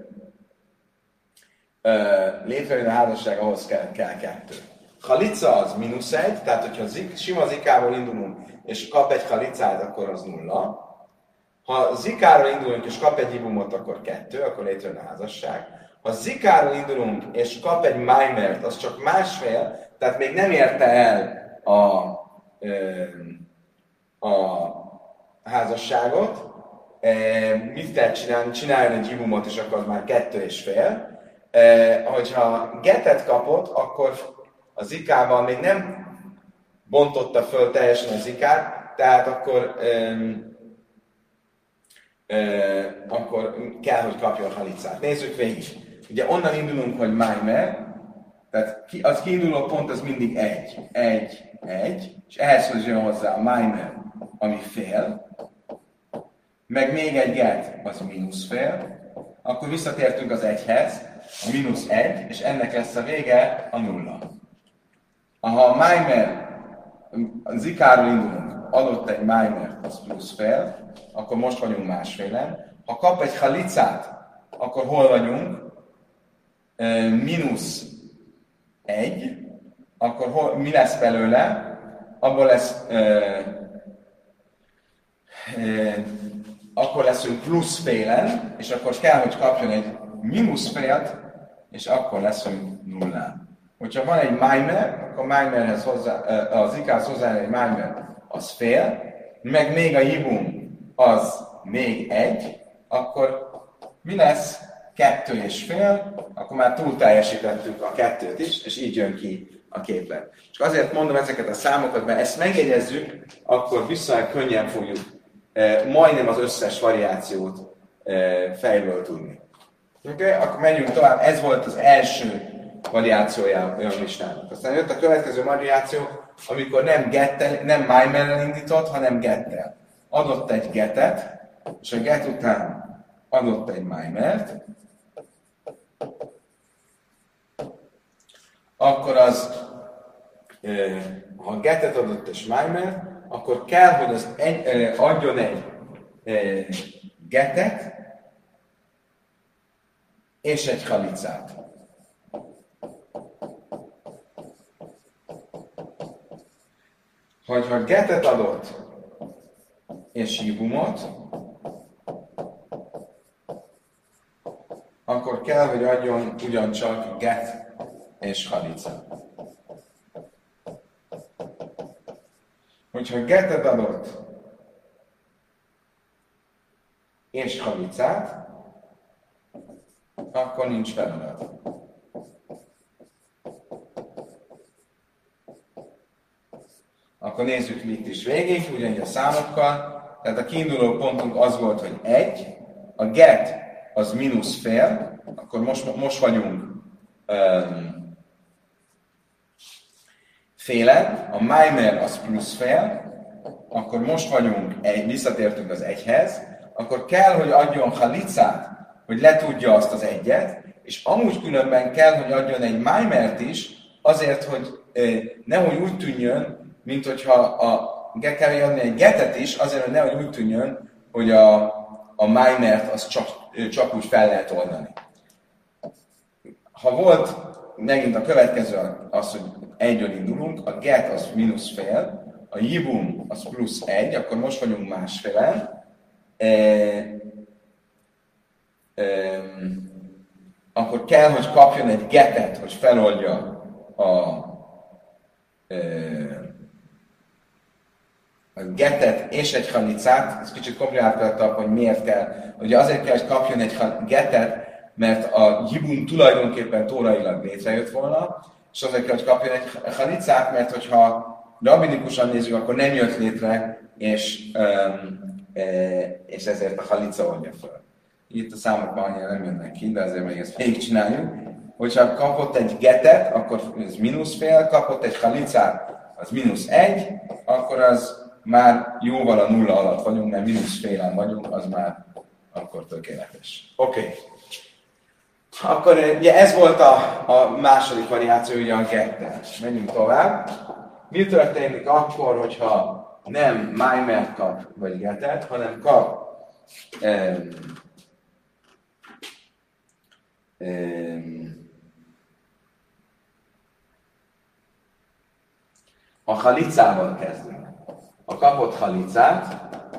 ö, létrejön a házasság, ahhoz kell, kell kettő. Halica az mínusz egy, tehát hogyha zik, sima zikából indulunk, és kap egy halicát, akkor az nulla. Ha zikáról indulunk, és kap egy ibumot, akkor kettő, akkor létrejön a házasság. Ha zikáról indulunk, és kap egy májmert, az csak másfél, tehát még nem érte el a, a házasságot. Mit kell csinálni? Csináljon egy ibumot, és akkor az már kettő és fél. Hogyha getet kapott, akkor a zikával még nem bontotta föl teljesen a zikát, tehát akkor, öm, öm, akkor kell, hogy kapjon halicát. Nézzük végig. Ugye onnan indulunk, hogy májmer, tehát az kiinduló pont az mindig egy, egy, egy, és ehhez jön hozzá a májmer, ami fél, meg még egy get, az mínusz fél, akkor visszatértünk az egyhez, a mínusz egy, és ennek lesz a vége a nulla. Ha a májmer, a zikáról indulunk, adott egy májmer, az plusz fél, akkor most vagyunk másfélen. Ha kap egy halicát, akkor hol vagyunk? E, mínusz egy, akkor hol, mi lesz belőle? Abból lesz, e, e, akkor leszünk plusz félen, és akkor kell, hogy kapjon egy mínusz félt, és akkor leszünk nullán. Hogyha van egy májmer, akkor a májmerhez hozzá, az ikához hozzá egy májmer, az fél, meg még a hibum az még egy, akkor mi lesz? Kettő és fél, akkor már túl teljesítettük a kettőt is, és így jön ki a képlet. Csak azért mondom ezeket a számokat, mert ezt megjegyezzük, akkor viszonylag könnyen fogjuk eh, majdnem az összes variációt eh, fejből tudni. Oké, okay? Akkor menjünk tovább. Ez volt az első variációja olyan listának. Aztán jött a következő variáció, amikor nem gettel, nem májmerrel indított, hanem gettel. Adott egy getet, és a get után adott egy májmert, akkor az, ha getet adott és májmert, akkor kell, hogy az egy, adjon egy getet és egy halicát. Hogyha getet adott és hibumot, akkor kell, hogy adjon ugyancsak get és halica. Hogyha getet adott és halicát, akkor nincs feladat. Akkor nézzük mit is végig, ugyanígy a számokkal. Tehát a kiinduló pontunk az volt, hogy egy, a get az mínusz fél, akkor most, most vagyunk um, félen, a májmer az plusz fél, akkor most vagyunk, egy, visszatértünk az egyhez, akkor kell, hogy adjon halicát, hogy letudja azt az egyet, és amúgy különben kell, hogy adjon egy májmert is, azért, hogy eh, nehogy úgy tűnjön, mint hogyha a get kell adni egy getet is, azért, hogy nehogy úgy tűnjön, hogy a, a májmert az csak, csak úgy fel lehet oldani. Ha volt megint a következő az, hogy egyből indulunk, a get az mínusz fél, a jibum az plusz egy, akkor most vagyunk másfélen, e, e, akkor kell, hogy kapjon egy getet, hogy feloldja a, e, a getet és egy halicát. Ez kicsit komplikáltabb, hogy miért kell. Ugye azért kell, hogy kapjon egy getet, mert a jibum tulajdonképpen tórailag létrejött volna, és azért kell, hogy kapjon egy halicát, mert hogyha rabinikusan nézzük, akkor nem jött létre és, um, e, és ezért a halica oldja fel. Itt a számok már annyira nem jönnek ki, de azért még ezt végig csináljuk. Hogyha kapott egy getet, akkor ez mínusz fél, kapott egy halicát, az mínusz egy, akkor az már jóval a nulla alatt vagyunk, mert mínusz félen vagyunk, az már akkor tökéletes. Oké. Okay. Akkor ugye ez volt a, a második variáció, ugye a gettel. Menjünk tovább. Mi történik akkor, hogyha nem májmert kap, vagy getet, hanem kap um, um, a halicával kezdünk. A kapott halicát,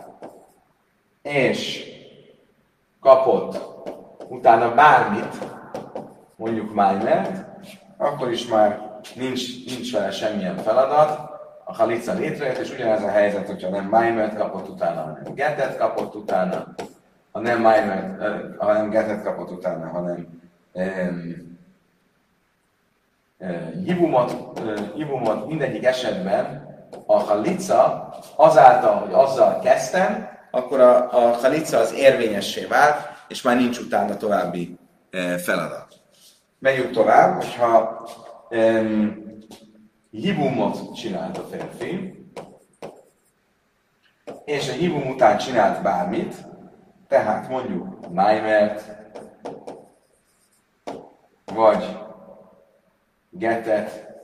és kapott utána bármit, mondjuk májmert, akkor is már nincs, nincs vele semmilyen feladat, a halica létrejött, és ugyanez a helyzet, hogyha nem májmert kapott utána, hanem getet kapott utána, ha nem májmert, ha nem getet kapott utána, hanem um, uh, hibumot, uh, hibumot, mindegyik esetben a halica azáltal, hogy azzal kezdtem, akkor a, a halica az érvényessé vált, és már nincs utána további uh, feladat. Menjünk tovább, hogyha um, hibumot csinált a férfi, és a hibum után csinált bármit, tehát mondjuk májmert, vagy getet,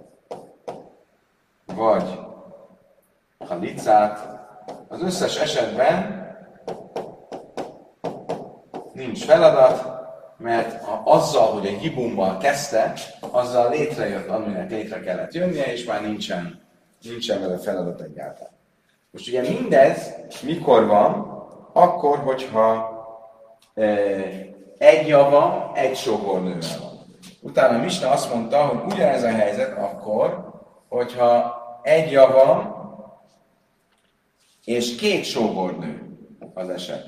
vagy halicát, az összes esetben nincs feladat, mert azzal, hogy a hibummal kezdte, azzal létrejött, aminek létre kellett jönnie, és már nincsen, nincsen vele feladat egyáltalán. Most ugye mindez mikor van? Akkor, hogyha e, egy java, egy sógornővel van. Utána Misna azt mondta, hogy ugyanez a helyzet akkor, hogyha egy java és két sógornő az eset.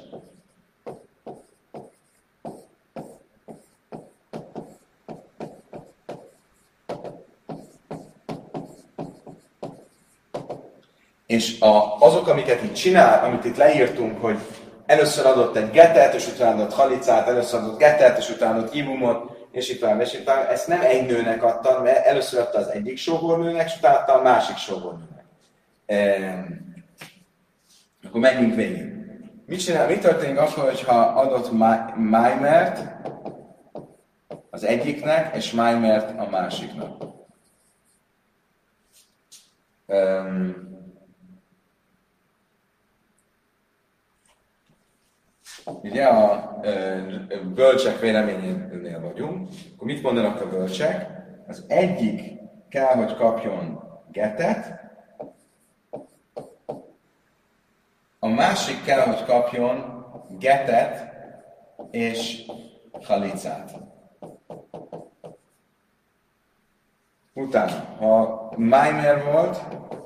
És a, azok, amiket itt csinál, amit itt leírtunk, hogy először adott egy getet, és utána adott halicát, először adott getet, és utána adott hibumot, és itt van, és itt van, ezt nem egy nőnek adta, mert először adta az egyik sógornőnek, és utána adta a másik sógornőnek. Ehm, akkor menjünk végig. Mit csinál, mi történik akkor, hogyha adott májmert az egyiknek, és májmert a másiknak? Ehm, Ugye a ö, bölcsek véleményénél vagyunk, akkor mit mondanak a bölcsek? Az egyik kell, hogy kapjon getet, a másik kell, hogy kapjon getet és halicát. Utána, ha májmer volt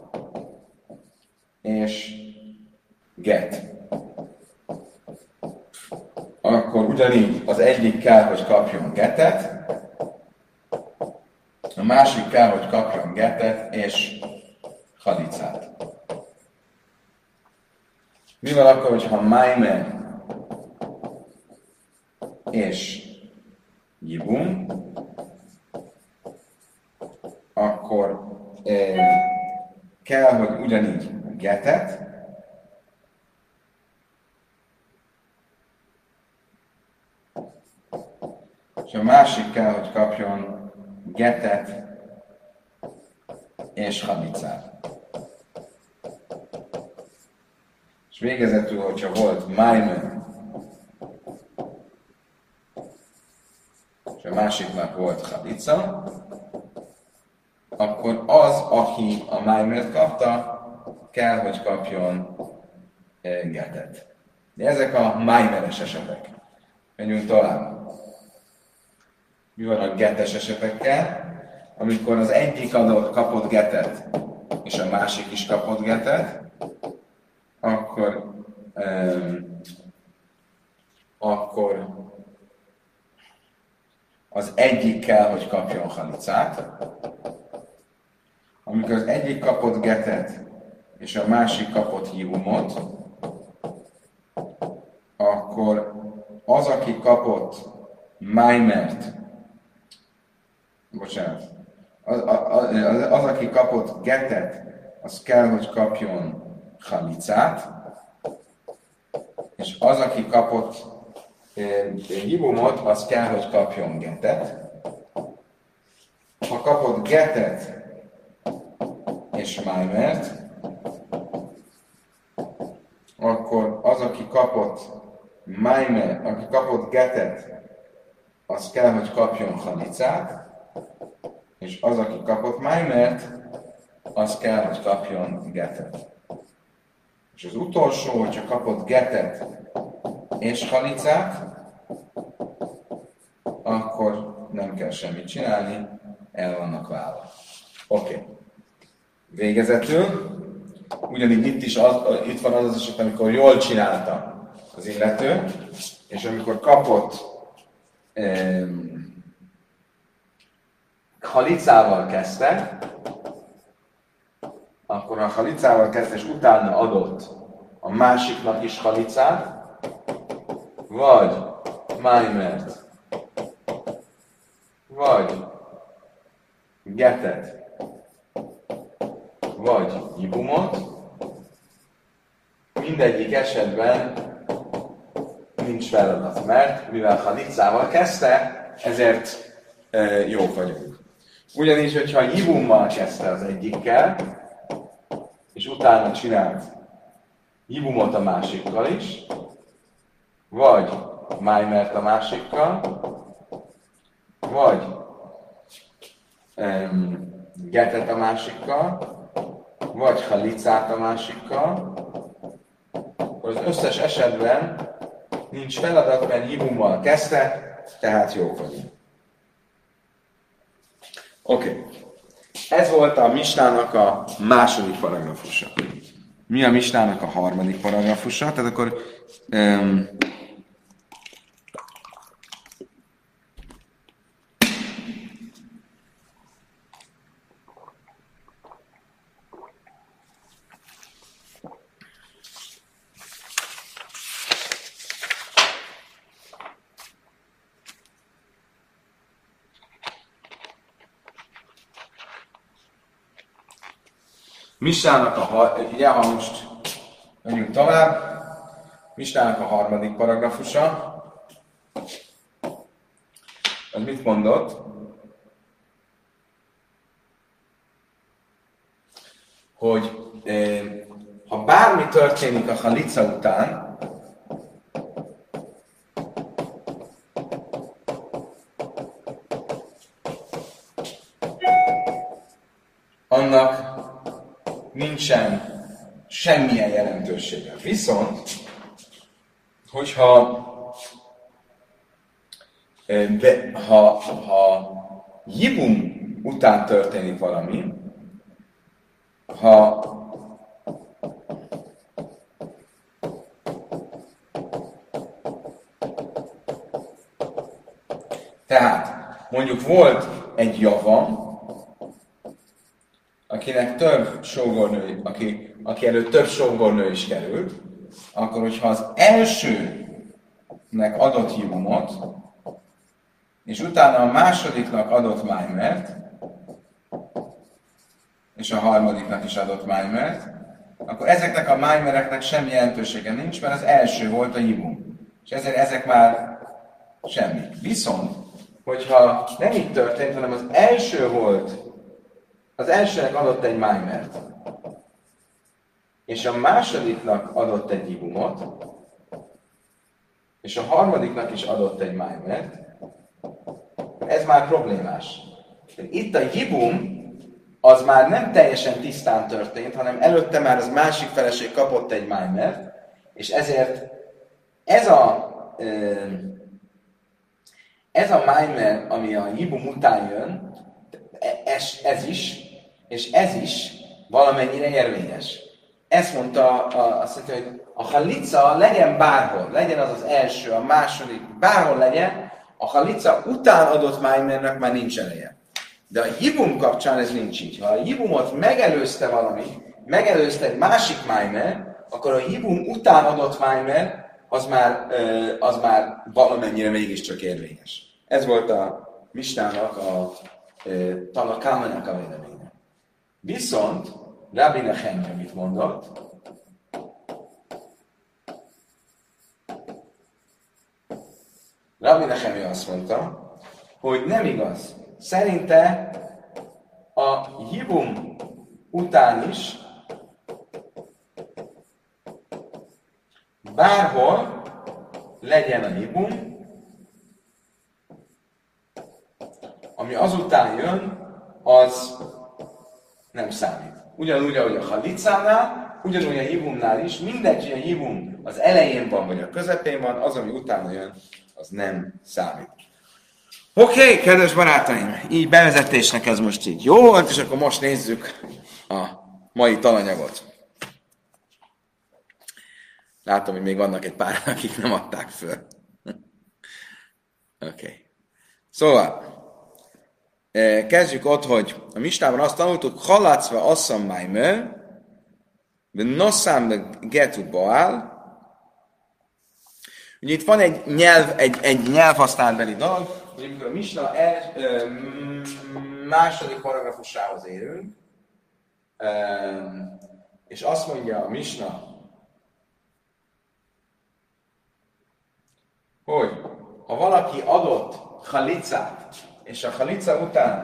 és get, akkor ugyanígy az egyik kell, hogy kapjon getet, a másik kell, hogy kapjon getet és halicát. Mi van akkor, hogyha májmer és jibum, akkor eh, kell, hogy ugyanígy getet, és a másik kell, hogy kapjon getet és halicát. És végezetül, hogyha volt májmer, és a másiknak volt halica, akkor az, aki a májmert kapta, kell, hogy kapjon getet. De ezek a májmeres esetek. Menjünk tovább. Mi van a getes esetekkel? Amikor az egyik adott kapott getet, és a másik is kapott getet, akkor, um, akkor az egyik kell, hogy kapjon halicát. Amikor az egyik kapott getet, és a másik kapott hívumot, akkor az, aki kapott májmert, bocsánat, az, az, az, az, aki kapott getet, az kell, hogy kapjon halicát, és az, aki kapott hívumot, az kell, hogy kapjon getet. Ha kapott getet és májmert, akkor az, aki kapott májmert, aki kapott getet, az kell, hogy kapjon halicát, és az, aki kapott májmert, az kell, hogy kapjon getet. És az utolsó, hogyha kapott getet és halicát, akkor nem kell semmit csinálni, el vannak válva. Oké. Okay. Végezetül, ugyanígy itt is az, itt van az az eset, amikor jól csinálta az illető, és amikor kapott um, halicával kezdte, akkor a halicával kezdte, és utána adott a másiknak is halicát, vagy májmert, vagy getet, vagy hívumot, mindegyik esetben nincs feladat, mert mivel halicával kezdte, ezért e, jók vagyunk. Ugyanis, hogyha hívummal kezdte az egyikkel, és utána csinált hívumot a másikkal is, vagy májmert a másikkal, vagy um, getet a másikkal, vagy halicát a másikkal, akkor az összes esetben nincs feladat, mert hívummal kezdte, tehát jók vagyunk. Oké. Okay. Ez volt a misnának a második paragrafusa. Mi a misnának a harmadik paragrafusa? Tehát akkor um, Misnának a, ugye, ha most menjünk tovább, Misnának a harmadik paragrafusa, az mit mondott? Hogy eh, ha bármi történik a halica után, annak nincsen semmilyen jelentősége. Viszont, hogyha de, ha, ha jibum után történik valami, ha tehát mondjuk volt egy javam, akinek több sógornő, aki, aki előtt több sógornő is került, akkor hogyha az elsőnek adott hívumot, és utána a másodiknak adott májmert, és a harmadiknak is adott májmert, akkor ezeknek a májmereknek semmi jelentősége nincs, mert az első volt a hívum. És ezért ezek már semmi. Viszont, hogyha nem így történt, hanem az első volt, az elsőnek adott egy májmert, és a másodiknak adott egy hívumot, és a harmadiknak is adott egy májmert, ez már problémás. Itt a hívum az már nem teljesen tisztán történt, hanem előtte már az másik feleség kapott egy májmert, és ezért ez a ez a májmer, ami a hívum után jön, ez, ez is, és ez is valamennyire érvényes. Ezt mondta, a, azt mondta, hogy a halica legyen bárhol, legyen az az első, a második, bárhol legyen, a halica után adott májmernek már nincs eleje. De a hívum kapcsán ez nincs így. Ha a hívumot megelőzte valami, megelőzte egy másik májmer, akkor a hibum után adott májmer, az már, az már valamennyire mégiscsak érvényes. Ez volt a Misnának, a Tanakámának a véleménye. Viszont Rabbi Nehemia mit mondott? Rabbi Nehemia azt mondta, hogy nem igaz. Szerinte a hibum után is bárhol legyen a hibum, ami azután jön, az nem számít. Ugyanúgy, ahogy a halicánál, ugyanúgy a hibumnál is, mindegy, hogy a hibum az elején van, vagy a közepén van, az, ami utána jön, az nem számít. Oké, okay, kedves barátaim, így bevezetésnek ez most így jó volt, és akkor most nézzük a mai tananyagot. Látom, hogy még vannak egy pár, akik nem adták föl. Oké. Okay. Szóval, kezdjük ott, hogy a Misnában azt tanultuk, halacva asszam májmő, de nosszám getu baál. Ugye itt van egy nyelv, egy, egy nyelvhasználatbeli dolog, hogy amikor a Misna el, ö, második paragrafusához érünk, ö, és azt mondja a Misna, hogy ha valaki adott halicát, és a halica után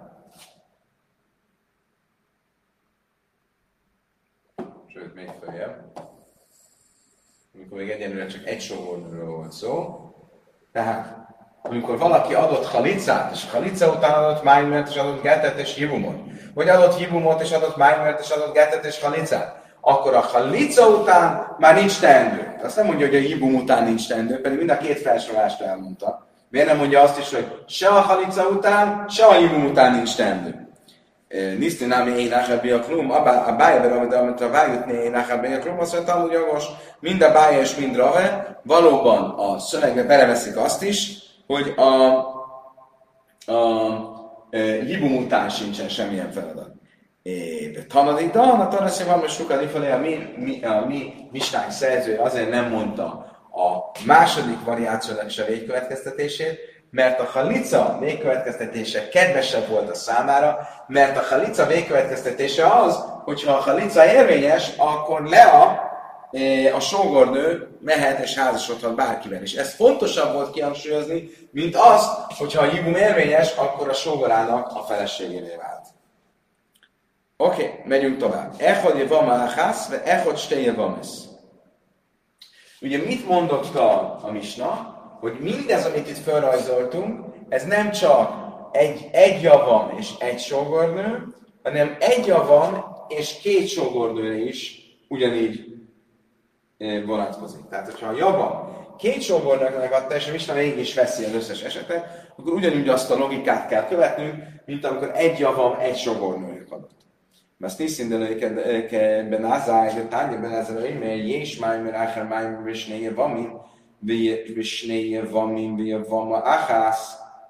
sőt, még följebb, amikor még egyenlően csak egy sógornőről volt szó, tehát amikor valaki adott halicát, és halica után adott májmert, és adott getet és hibumot, vagy adott hibumot, és adott májmert, és adott getet és halicát, akkor a halica után már nincs teendő. Azt nem mondja, hogy a hibum után nincs teendő, pedig mind a két felsorolást elmondta. Miért nem mondja azt is, hogy se a halica után, se a hibum után nincs teendő? Niszti námi énákabbi a klum, a bájber, amit a vájutni énákabbi a klum, azt mondta, hogy jogos, mind a bája és mind rave, valóban a szövegbe beleveszik azt is, hogy a, a, a hibum után sincsen semmilyen feladat. Tanadik, de a tanaszi van, most sokat felé a mi, mi, a mi misnánk szerzője azért nem mondta a második variációnak is a végkövetkeztetését, mert a halica végkövetkeztetése kedvesebb volt a számára, mert a halica végkövetkeztetése az, hogyha a halica érvényes, akkor Lea, a sógornő mehet és házasodhat bárkivel. És ez fontosabb volt kihangsúlyozni, mint azt, hogyha a hibum érvényes, akkor a sógorának a feleségévé vált. Oké, okay, megyünk tovább. Echod je vama achász, ve echod steje vamisz. Ugye mit mondott a, a Misna? Hogy mindez, amit itt felrajzoltunk, ez nem csak egy, egy javam és egy sógornő, hanem egy javam és két sógornőre is ugyanígy vonatkozik. Tehát, hogyha a javam két sógornőknek adta, és a Misna végig is veszi az összes esetet, akkor ugyanúgy azt a logikát kell követnünk, mint amikor egy javam egy sógornőnek adott. Mert nisztindelőkben ázáj, de tányában ezzel a rímel, jés májmer, áher májmer, visnéje vamin, visnéje vamin, via vama áhász,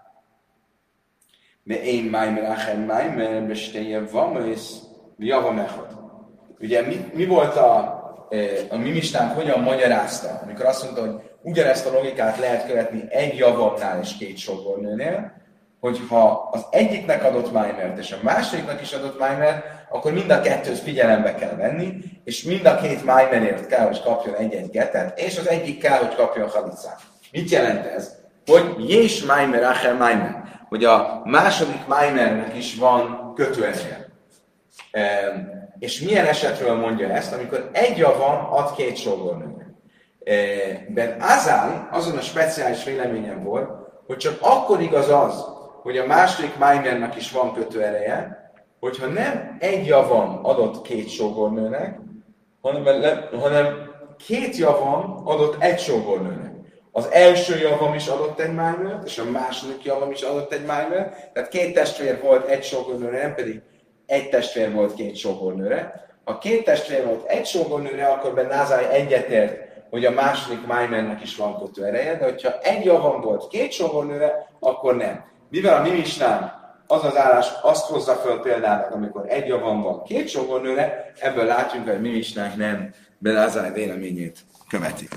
mert én májmer, áher májmer, visnéje vamis, via vamechot. Ugye mi, mi volt a, a mi mistánk, hogyan magyarázta, amikor azt mondta, hogy ugyanezt a logikát lehet követni egy javamnál és két sógornőnél, hogyha az egyiknek adott májmert és a másodiknak is adott májmert, akkor mind a kettőt figyelembe kell venni, és mind a két májmerért kell, hogy kapjon egy-egy getet, és az egyik kell, hogy kapjon halicát. Mit jelent ez? Hogy jés májmer, áher májmer, hogy a második májmernek is van kötőereje. E, és milyen esetről mondja ezt, amikor egy javam ad két sógornőnek. E, Ben Azál azon a speciális véleményem volt, hogy csak akkor igaz az, hogy a második májmernek is van kötőereje, hogyha nem egy javam adott két sógornőnek, hanem, hanem két javam adott egy sógornőnek. Az első javam is adott egy májmert, és a második javam is adott egy májmert, tehát két testvér volt egy sógornőre, nem pedig egy testvér volt két sógornőre. Ha két testvér volt egy sógornőre, akkor Ben Názály egyetért, hogy a második májmernek is van kötőereje, de hogyha egy javam volt két sógornőre, akkor nem. Mivel a mi misnánk Az az állás azt hozza föl például, amikor egy javam van két sógornőre, ebből látjuk, hogy mi misnánk nem Belázár véleményét követik.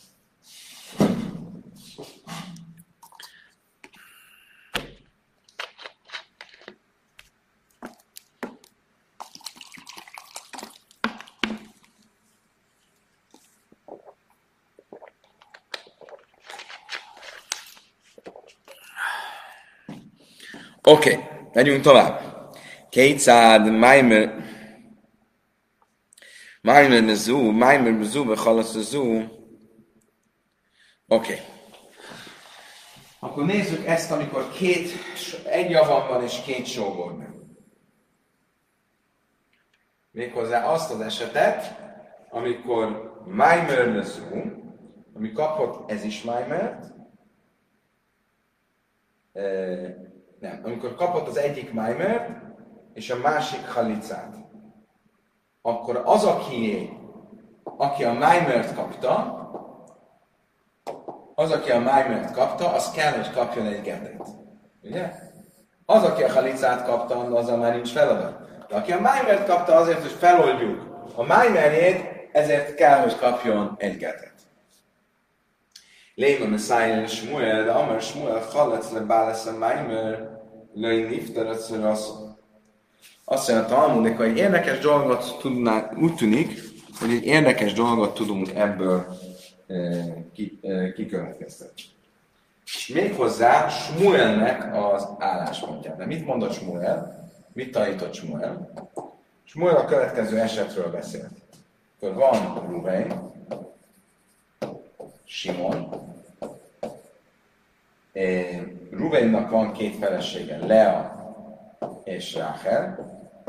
Oké, okay, megyünk tovább. Kétszád, Maimer, Maimer mezú, Maimer mezú, Bechalasz mezú. Oké. Okay. Akkor nézzük ezt, amikor két, egy javam van és két sógornő. Méghozzá azt az esetet, amikor Maimer mezú, ami kapott, ez is Maimert, nem, amikor kapott az egyik Maimert, és a másik halicát, akkor az, aki, aki a Maimert kapta, az, aki a Maimert kapta, az kell, hogy kapjon egy getet. Ugye? Az, aki a halicát kapta, azzal már nincs feladat. De aki a Maimert kapta azért, hogy feloldjuk a Maimerjét, ezért kell, hogy kapjon egy getet. Léma Messiah Shmuel, de Amar Shmuel halatsz le bálesz a Maimer, löj niftaratsz a rasszol. Azt mondja, Talmudék, hogy érdekes dolgot tudnánk, úgy tűnik, hogy egy érdekes dolgot tudunk ebből e, ki, e, kikövetkeztetni. És méghozzá Shmuelnek az álláspontját. De mit mondott Shmuel? Mit tanított Shmuel? Shmuel a következő esetről beszélt. Akkor van Ruben, Simon. Rubennak van két felesége, Lea és Ráhel.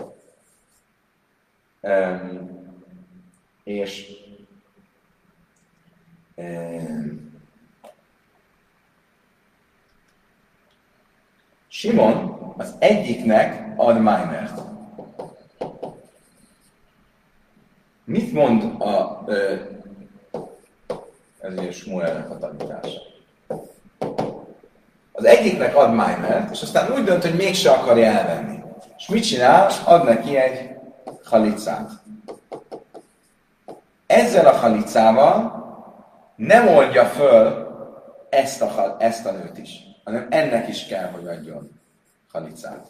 Um, és um, Simon az egyiknek ad Maimert. Mit mond a ö, ez ugye Shmuelnek a tanítása? Az egyiknek ad Maimert, és aztán úgy dönt, hogy mégse akarja elvenni. És mit csinál? Ad neki egy halicát. Ezzel a halicával nem oldja föl ezt a, ezt a nőt is, hanem ennek is kell, hogy adjon halicát.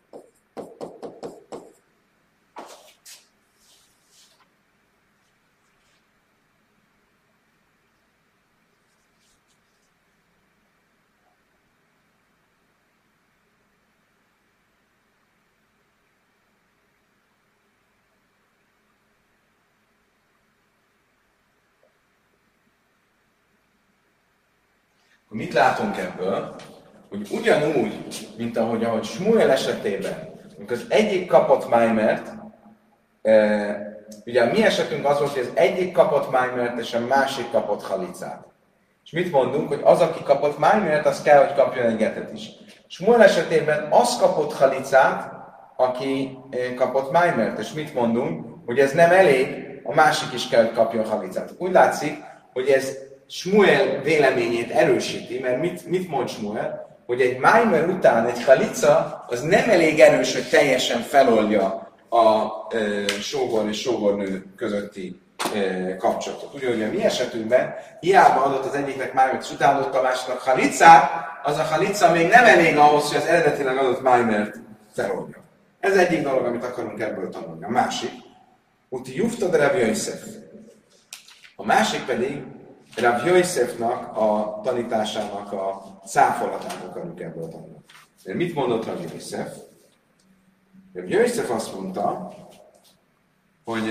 Mit látunk ebből? Hogy ugyanúgy, mint ahogy, ahogy Shmuel esetében, amikor az egyik kapott Maimert, e, ugye a mi esetünk az volt, hogy az egyik kapott Maimert, és a másik kapott halicát. És mit mondunk, hogy az, aki kapott Maimert, az kell, hogy kapjon egy getet is. Shmuel esetében az kapott halicát, aki kapott Maimert, és mit mondunk, hogy ez nem elég, a másik is kell, hogy kapjon halicát. Úgy látszik, hogy ez Shmuel véleményét erősíti, mert mit, mit mond Shmuel? Hogy egy Maimer után egy halica, az nem elég erős, hogy teljesen feloldja a e, sógor és sógornő közötti e, kapcsolatot. Ugyanúgy a mi esetünkben, hiába adott az egyiknek Maimert, és utána adott a másiknak halicát, az a halica még nem elég ahhoz, hogy az eredetileg adott Maimert feloldja. Ez egyik dolog, amit akarunk ebből tanulni. A másik, uti juftad Rav Yosef. A másik pedig Rav Yosefnak a tanításának a száfolatát akarjuk ebből tanulni. De mit mondott Rav Yosef? Rav Yosef azt mondta, hogy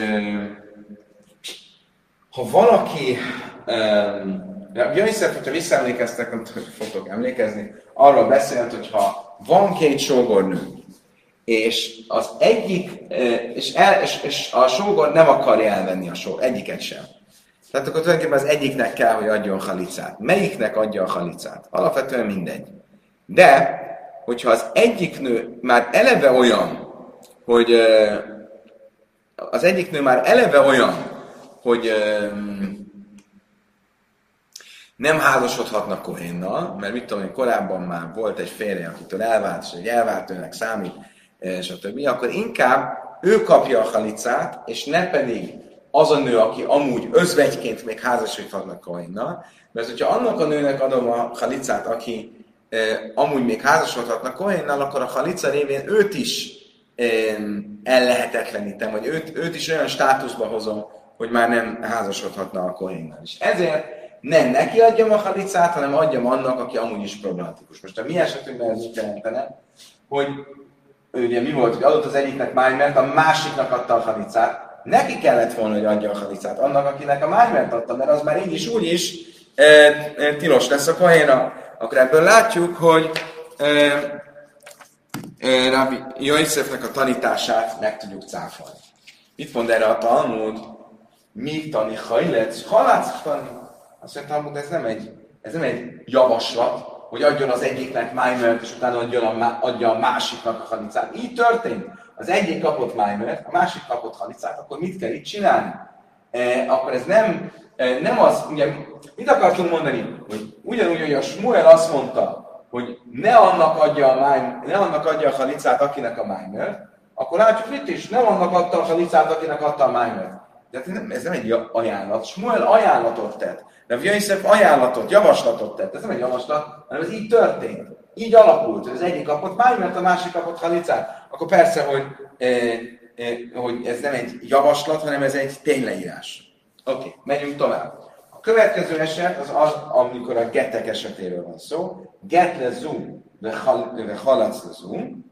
ha valaki, Rav Yosef, hogyha visszaemlékeztek, hogy fogtok emlékezni, arról beszélt, hogy ha van két sógornő, és az egyik, és, el, és, és a sógor nem akarja elvenni a sógor, egyiket sem. Tehát akkor tulajdonképpen az egyiknek kell, hogy adjon halicát. Melyiknek adja a halicát? Alapvetően mindegy. De, hogyha az egyik nő már eleve olyan, hogy az egyik nő már eleve olyan, hogy nem házasodhatnak Kohénnal, mert mit tudom, hogy korábban már volt egy férje, akitől elvált, és egy elváltőnek számít, és a többi, akkor inkább ő kapja a halicát, és ne pedig az a nő, aki amúgy özvegyként még házasodhatnak Kohénnal, mert hogyha annak a nőnek adom a halicát, aki eh, amúgy még házasodhatnak Kohénnal, akkor a halica révén őt is eh, ellehetetlenítem, vagy őt, őt is olyan státuszba hozom, hogy már nem házasodhatna a Kohénnal is. Ezért nem neki adjam a halicát, hanem adjam annak, aki amúgy is problematikus. Most a mi esetünkben ez úgy jelentene, hogy ugye mi volt, hogy adott az egyiknek májmert, a másiknak adta a halicát. Neki kellett volna, hogy adja a halicát annak, akinek a májmert adta, mert az már így is úgy is e, e, tilos lesz a kohénra. Akkor ebből látjuk, hogy e, e, Rabbi Yosefnek a tanítását meg tudjuk cáfolni. Mit mond erre a Talmud? Mi tani hajletsz? Halátsz tani? Azt mondja, Talmud, ez nem egy, ez nem egy javaslat, hogy adjon az egyiknek májmert, és utána adjon a, adja a másiknak a halicát. Így történt. Az egyik kapott májmert, a másik kapott halicát, akkor mit kell itt csinálni? E, akkor ez nem, e, nem az, ugye, mit akartunk mondani? Hogy ugyanúgy, hogy a Smuel azt mondta, hogy ne annak adja a, máj, ne annak adja a halicát, akinek a májmert, akkor látjuk itt is, nem annak adta a halicát, akinek adta a májmert. De ez nem, ez nem egy ajánlat. Smuel ajánlatot tett. De Yosef ajánlatot, javaslatot tett. Ez nem egy javaslat, hanem ez így történt. Így alakult, hogy az egyik kapott májmert, a másik kapott halicát. Akkor persze, hogy, eh, eh, hogy ez nem egy javaslat, hanem ez egy tényleírás. Oké, okay, megyünk tovább. A következő eset az az, amikor a getek esetéről van szó. Get le zoom, ve halac le zoom.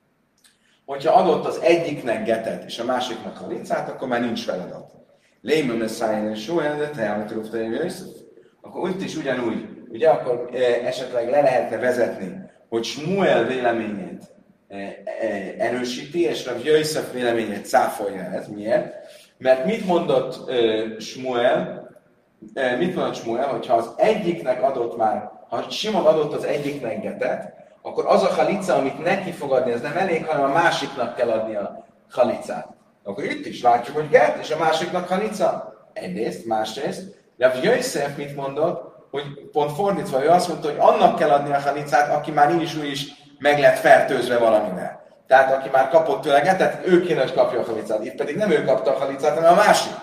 Hogyha adott az egyiknek getet és a másiknak halicát, akkor már nincs feladat. Lémön száján és sóján, de te elmetrúfta Yosef. Akkor úgy is ugyanúgy, ugye akkor e, esetleg le lehetne vezetni, hogy Smuel véleményét e, e, erősíti, és Rabbi Yosef véleményét cáfolja ez. Miért? Mert mit mondott e, Smuel, e, mit mondott Smuel, hogyha az egyiknek adott már, ha Simon adott az egyiknek getet, akkor az a halica, amit neki fog adni, ez nem elég, hanem a másiknak kell adni a halicát. Akkor itt is látjuk, hogy get, és a másiknak halica. Egyrészt, másrészt. De a Yosef mit mondott, hogy pont fordítva, ő azt mondta, hogy annak kell adni a halicát, aki már így is úgy is meg lett fertőzve valamivel. Tehát aki már kapott tőle getet, ő kéne, hogy kapja a halicát. Itt pedig nem ő kapta a halicát, hanem a másik.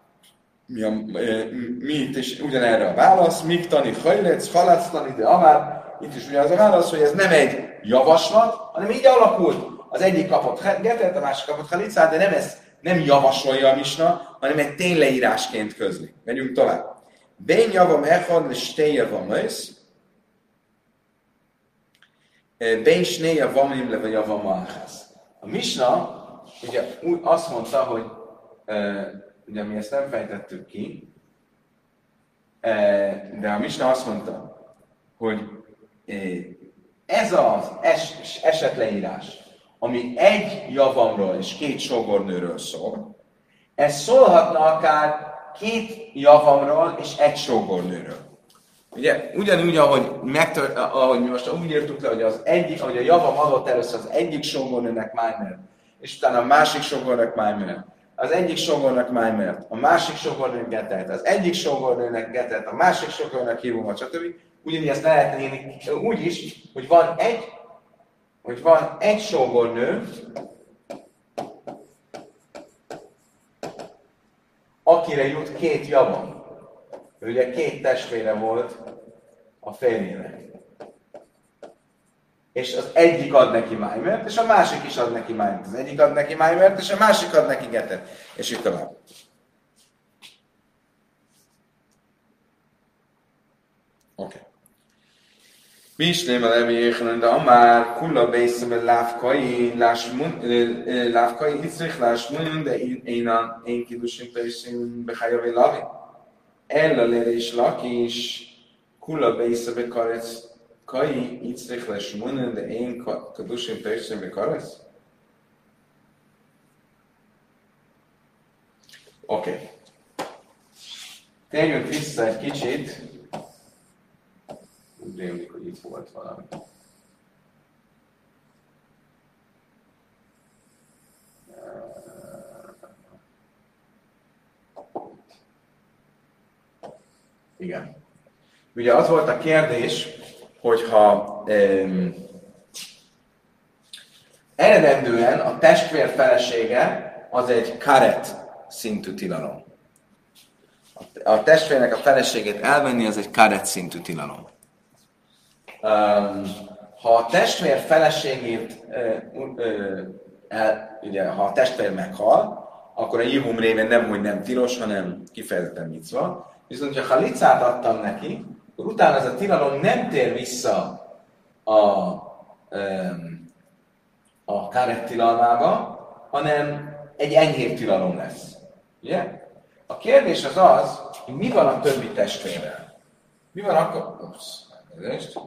Mi, a, mi itt is ugyanerre a válasz, mik tani hajlec, haláctani, de amár. Itt is ugyanaz a válasz, hogy ez nem egy javaslat, hanem így alakult. Az egyik kapott getet, a másik kapott halicát, de nem ez nem javasolja a misna, hanem egy tényleírásként közli. Megyünk tovább. Ben javam echad, és te javam möjsz. Ben sné javamim le, vagy javam malchász. A misna ugye azt mondta, hogy ugye mi ezt nem fejtettük ki, de a misna azt mondta, hogy ez az es- esetleírás, ami egy javamról és két sógornőről szól, ez szólhatna akár két javamról és egy sógornőről. Ugye, ugyanúgy, ahogy, megtör, ahogy mi most úgy írtuk le, hogy az egyik, ahogy a javam adott először az egyik sógornőnek májmert, és utána a másik sógornőnek májmert, az egyik sógornak májmert, a másik sógornőnek getelt, az egyik sógornőnek getelt, a másik sógornőnek hívomat, stb. Ugyanígy ezt lehetne írni úgy is, hogy van egy, hogy van egy sógornő, akire jut két javam. Ugye két testvére volt a férjének. És az egyik ad neki májmert, és a másik is ad neki májmert. Az egyik ad neki májmert, és a másik ad neki getet. És így tovább. Oké. Okay. Mishném a levéjéken, de amár kulla bészem lávkai, lávkai, iszrik lásmun, de én a én kidusim tőszín behájavé lavi. Ellenére lakis, kulla bészem karec, kai, iszrik lásmun, de én kidusim tőszín karec. Oké. Okay. Térjünk vissza egy kicsit. Úgy rémlik, hogy itt volt valami. Igen. Ugye az volt a kérdés, hogyha um, eredendően a testvér felesége az egy karet szintű tilalom. A testvérnek a feleségét elvenni, az egy karet szintű tilalom. Um, ha a testvér feleségét, ö, ö, el, ugye, ha a testvér meghal, akkor a jivum révén nem, hogy nem tilos, hanem kifejezetten micva. Viszont, ha halicát adtam neki, akkor utána ez a tilalom nem tér vissza a, um, a karet tilalmába, hanem egy enyhébb tilalom lesz. Ugye? A kérdés az az, hogy mi van a többi testvérrel. Mi van akkor... Ups, elnézést.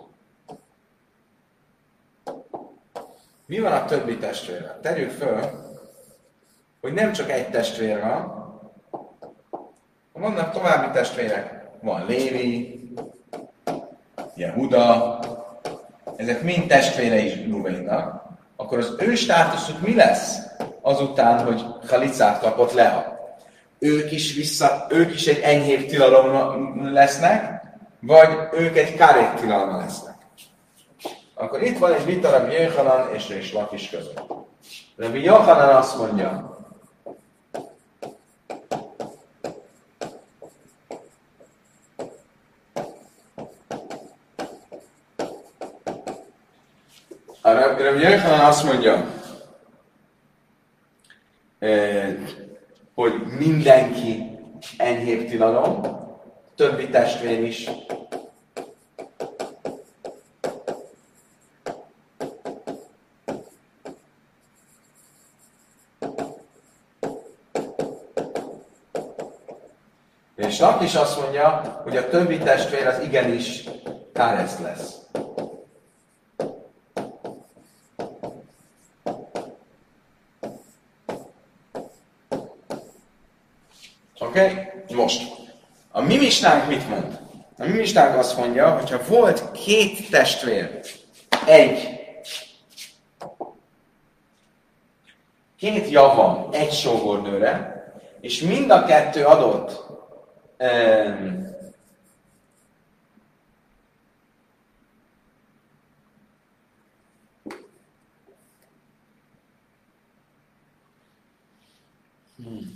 Mi van a többi testvérrel? Tegyük föl, hogy nem csak egy testvér van, vannak további testvérek. Van Lévi, Jehuda, ezek mind testvérei Ruvénnak, akkor az ő státuszuk mi lesz azután, hogy halicát kapott Lea? Ők is, vissza, ők is egy enyhébb tilalom lesznek, vagy ők egy kárét tilalma lesznek. Akkor itt van egy vita Rabbi Yochanan és Résh Lakis között. Rabbi Yochanan azt mondja, a Rabbi Yochanan azt mondja, hogy mindenki enyhébb tilalom, többi testvér is. És Lak is azt mondja, hogy a többi testvér az igenis káresz lesz. Oké? Okay? Most. A mi misnánk mit mond? A mi misnánk azt mondja, hogyha volt két testvér, egy, két javam egy sógornőre, és mind a kettő adott um, hmm.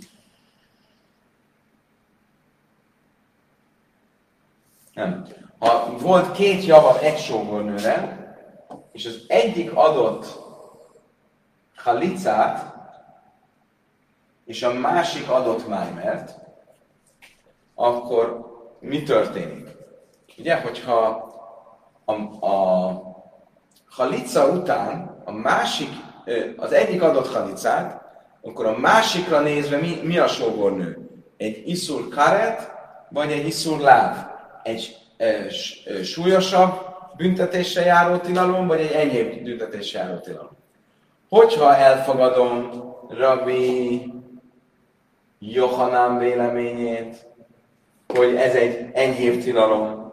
Nem. Ha volt két java egy sógornőre, és az egyik adott halicát, és a másik adott májmert, akkor mi történik? Ugye, hogyha a, a halica után a másik, az egyik adott halicát, akkor a másikra nézve mi, mi a sógornő? Egy iszur karet, vagy egy iszur láv? Egy e, súlyosabb büntetésre járó tilalom, vagy egy enyhébb büntetésre járó tilalom. Hogyha elfogadom Rabbi Yochanan véleményét, hogy ez egy enyhébb tilalom,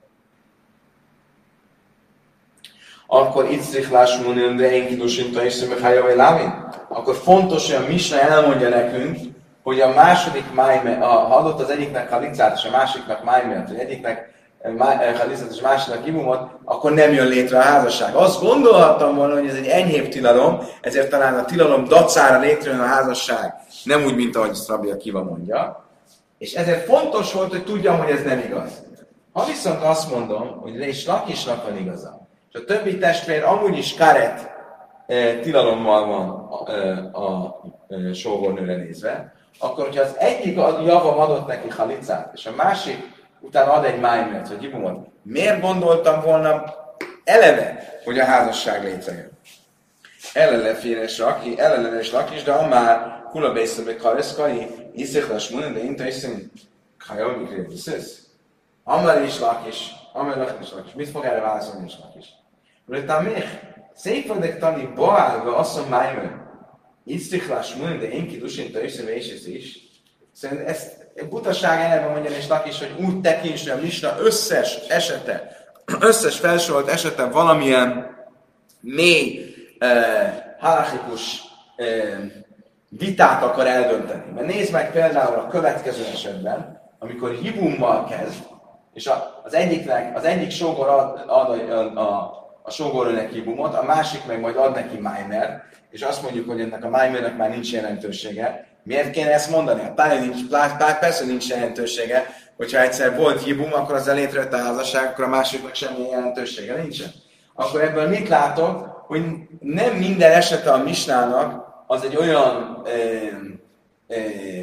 akkor Itzrichlás Munin, de én kidusinta és szömökhájavai lávin, akkor fontos, hogy a Misna elmondja nekünk, hogy a második májme, ha adott az egyiknek halicát, és a másiknak májmert, vagy egyiknek halicát, és a másiknak ibumot, akkor nem jön létre a házasság. Azt gondolhattam volna, hogy ez egy enyhébb tilalom, ezért talán a tilalom dacára létrejön a házasság, nem úgy, mint ahogy Rabbi Akiva mondja. És ezért fontos volt, hogy tudjam, hogy ez nem igaz. Ha viszont azt mondom, hogy és Lakisnak van igaza, és a többi testvér amúgy is karet e, tilalommal van a, a, a sógornőre nézve, akkor, hogyha az egyik javam adott neki halicát, és a másik utána ad egy májmert, vagy ibumot, miért gondoltam volna eleve, hogy a házasság létrejön? Ellenféles Laki, ellenes Lakis, de amár kulabészebe kareszkai, isziklas munin, de inta iszin kajol mikrédiszesz. Amár is Lakis, amár is Lakis. Mit fog erre válaszolni is Lakis? Rötán még, szépvadek tani boálva asszon májmert, isziklas munin, de én kidusinta iszin és is. Szerintem ezt butaság eleve mondja és Lakis, hogy úgy tekints, hogy a Misna összes esete, összes felsorolt esete valamilyen mély, eh, halachikus eh, vitát akar eldönteni. Mert nézd meg például a következő esetben, amikor hibummal kezd, és az egyiknek, az egyik sógor ad, ad a, a, a sógorőnek hibumot, a másik meg majd ad neki májmer, és azt mondjuk, hogy ennek a májmernek már nincs jelentősége. Miért kéne ezt mondani? Hát pár, nincs, pár, persze nincs jelentősége, hogyha egyszer volt hibum, akkor az létrejött a házasság, akkor a másiknak semmi jelentősége nincsen. Akkor ebből mit látok, hogy nem minden esete a misnának az egy olyan ö, ö,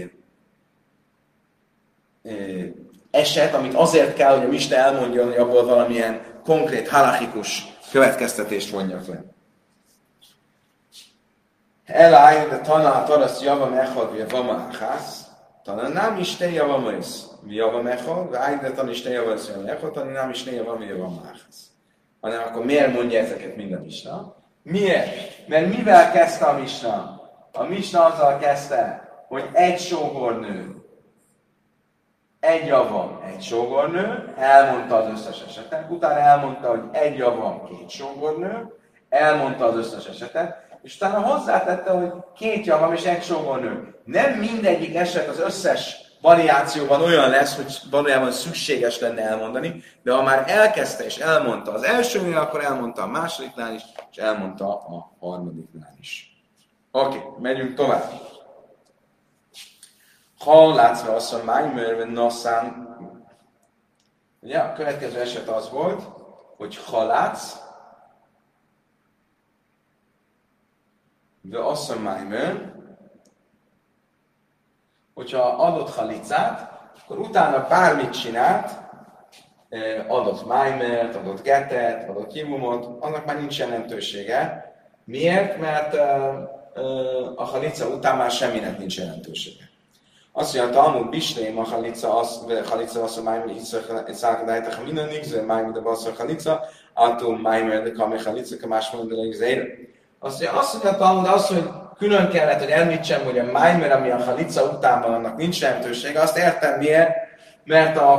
ö, eset, amit azért kell, hogy a misna elmondjon, hogy abból valamilyen konkrét, halachikus következtetést vonjak le. Eláj, de tanál tarasz java mechad, vagy java máhász, tanál nem is te java mész, java mechad, vagy de tan is te java mész, java mechad, tanál nem is te java mész, java máhász. Hanem akkor miért mondja ezeket mind a misna? Miért? Mert mivel kezdte a misna? A misna azzal kezdte, hogy egy sógornő, egy javam, egy sógornő, elmondta az összes esetet, utána elmondta, hogy egy javam, két sógornő, elmondta az összes esetet, és utána hozzátette, hogy két javam és egy sógornő. Nem mindegyik eset az összes variációban olyan lesz, hogy valójában szükséges lenne elmondani, de ha már elkezdte és elmondta az elsőnél, akkor elmondta a másodiknál is, és elmondta a harmadiknál is. Oké, okay, megyünk tovább. Ha látszva azt, hogy májmőrben nasszán, ugye a következő eset az volt, hogy ha látsz, de azt mondja májmőr, hogyha adott halicát, akkor utána bármit csinált, adott májmert, adott getet, adott hívumot, annak már nincs jelentősége. Miért? Mert a halica után már semminek nincs jelentősége. Azt mondja, a Talmud Bislém, a halica, halica az a májmer, így szálkadájtak, ha minden nigző, májmer, de basz a halica, attól májmer, de kamé halica, ka más mondja, hogy zér. Azt mondja, azt mondja a Talmud, az, hogy külön kellett, hogy említsem, hogy a májmer, ami a halica után van, annak nincs jelentősége. Azt értem miért, mert a,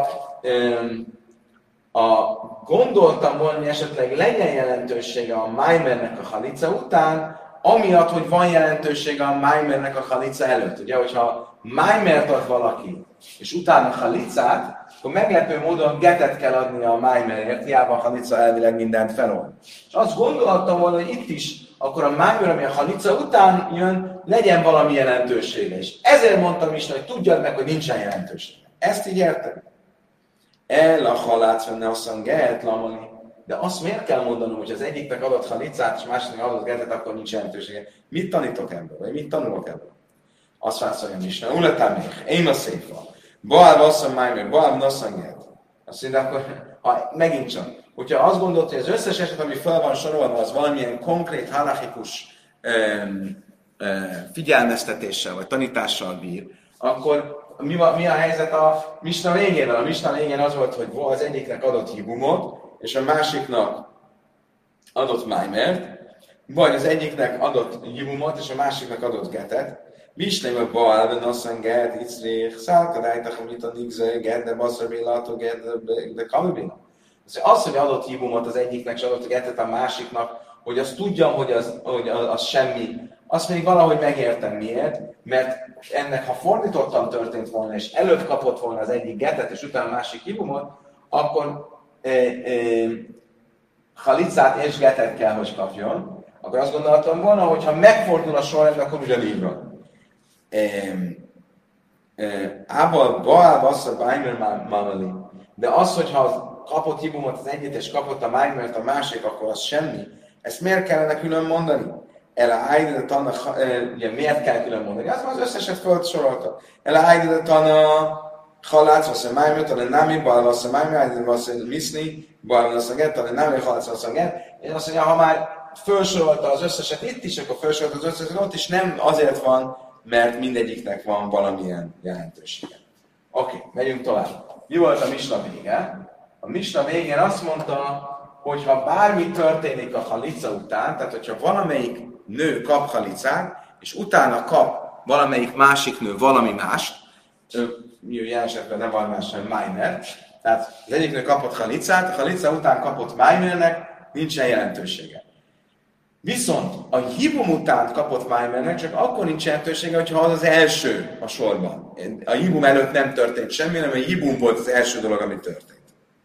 a gondoltam volna, hogy esetleg legyen jelentősége a májmernek a halica után, amiatt, hogy van jelentősége a májmernek a halica előtt. Ugye, hogyha májmert ad valaki, és utána halicát, akkor meglepő módon getet kell adnia a májmerért, hiába a halica elvileg mindent felold. És azt gondoltam volna, hogy itt is akkor a májmer, ami a halica után jön, legyen valami jelentősége. És ezért mondtam is, hogy tudjad meg, hogy nincsen jelentősége. Ezt így értem? El a halác venne asszony get, lamani. De azt miért kell mondanom, hogy az egyiknek adott halicát, és másodiknak adott getet, akkor nincs jelentősége. Mit tanítok ebből? Vagy mit tanulok ebből? Azt válaszolja Misna, uletám még, én a széfa. Baal vasszon májmer, baal nasszon get. Azt mondja, akkor ha megint csak, hogyha azt gondolt, hogy az összes eset, ami fel van sorolva, az valamilyen konkrét, halachikus öm, öm, figyelmeztetéssel vagy tanítással bír, akkor mi, mi a helyzet a Misna végével? A Misna végén az volt, hogy az egyiknek adott hibumot, és a másiknak adott májmert, vagy az egyiknek adott hibumot, és a másiknak adott getet. Misném a Baal, ben asszony get, iczrich, szálkadájtak, amit a nigző get, de basszra billató get, de kamibina. Az, hogy adott hívumot az egyiknek, és adott getet a másiknak, hogy azt tudjam, hogy az, hogy az, az semmi, azt még valahogy megértem miért, mert ennek, ha fordítottan történt volna, és előbb kapott volna az egyik getet, és utána a másik hívumot, akkor e, e, halicát és getet kell, hogy kapjon. Akkor azt gondoltam volna, hogy ha megfordul a sorrend, akkor ugyanígy van. Ábal, Baal, Basszor, Bájmer, Mamali. De az, hogyha kapott hibumot az egyet, és kapott a májmert a másik, akkor az semmi. Ezt miért kellene külön mondani? Ele ájde, tanna, ugye miért kell külön mondani? Az az összeset felsorolta. Ele ájde, tanna, halác, vasszor, májmert, tanna, námi, Baal, vasszor, májmer, ájde, vasszor, miszni, Baal, vasszor, get, tanna, námi, halác, vasszor, get. És azt mondja, ha már felsorolta az összeset itt is, akkor felsorolta az összeset ott is, nem azért van, mert mindegyiknek van valamilyen jelentősége. Oké, okay, megyünk tovább. Mi volt a misna vége? A misna végén azt mondta, hogy ha bármi történik a halica után, tehát hogyha valamelyik nő kap halicát, és utána kap valamelyik másik nő valami mást, jelen esetben nem valami más, hanem májmer, tehát az egyik nő kapott halicát, a halica után kapott májmernek, nincsen jelentősége. Viszont a hibum után kapott májmernek csak akkor nincs jelentősége, hogyha az az első a sorban. A hibum előtt nem történt semmi, hanem a hibum volt az első dolog, ami történt.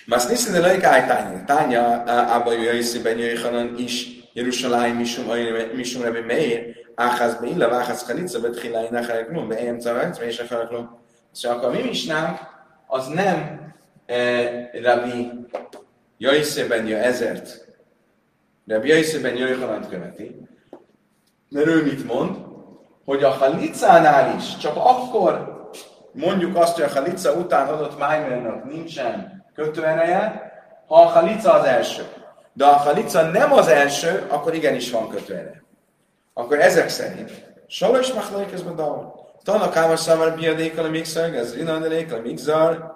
Mas niszi de laikáj tánya. Tánya ába jöjjszében jöjjhanan is Jeruzsálem misum Rabbi Meir, áház be illa, áház chalitza, betchiláj nechareklum, be ejem cavarc, és nechareklum. Szóval akkor a mi misnánk az nem eh, Rabbi Jöjjszében jö ezért, Rabbi Jöjjszében jöjjhanant követi, mert ő mit mond? Hogy a halicánál is csak akkor mondjuk azt, hogy a halica után adott májmernak nincsen kötőereje, ha a halica az első. De ha a halica nem az első, akkor igenis van kötőereje. Akkor ezek szerint Salos machlaik közben dal. Tanak ámar számára biadékkal a mixer, ez rinandelékkal a mixer,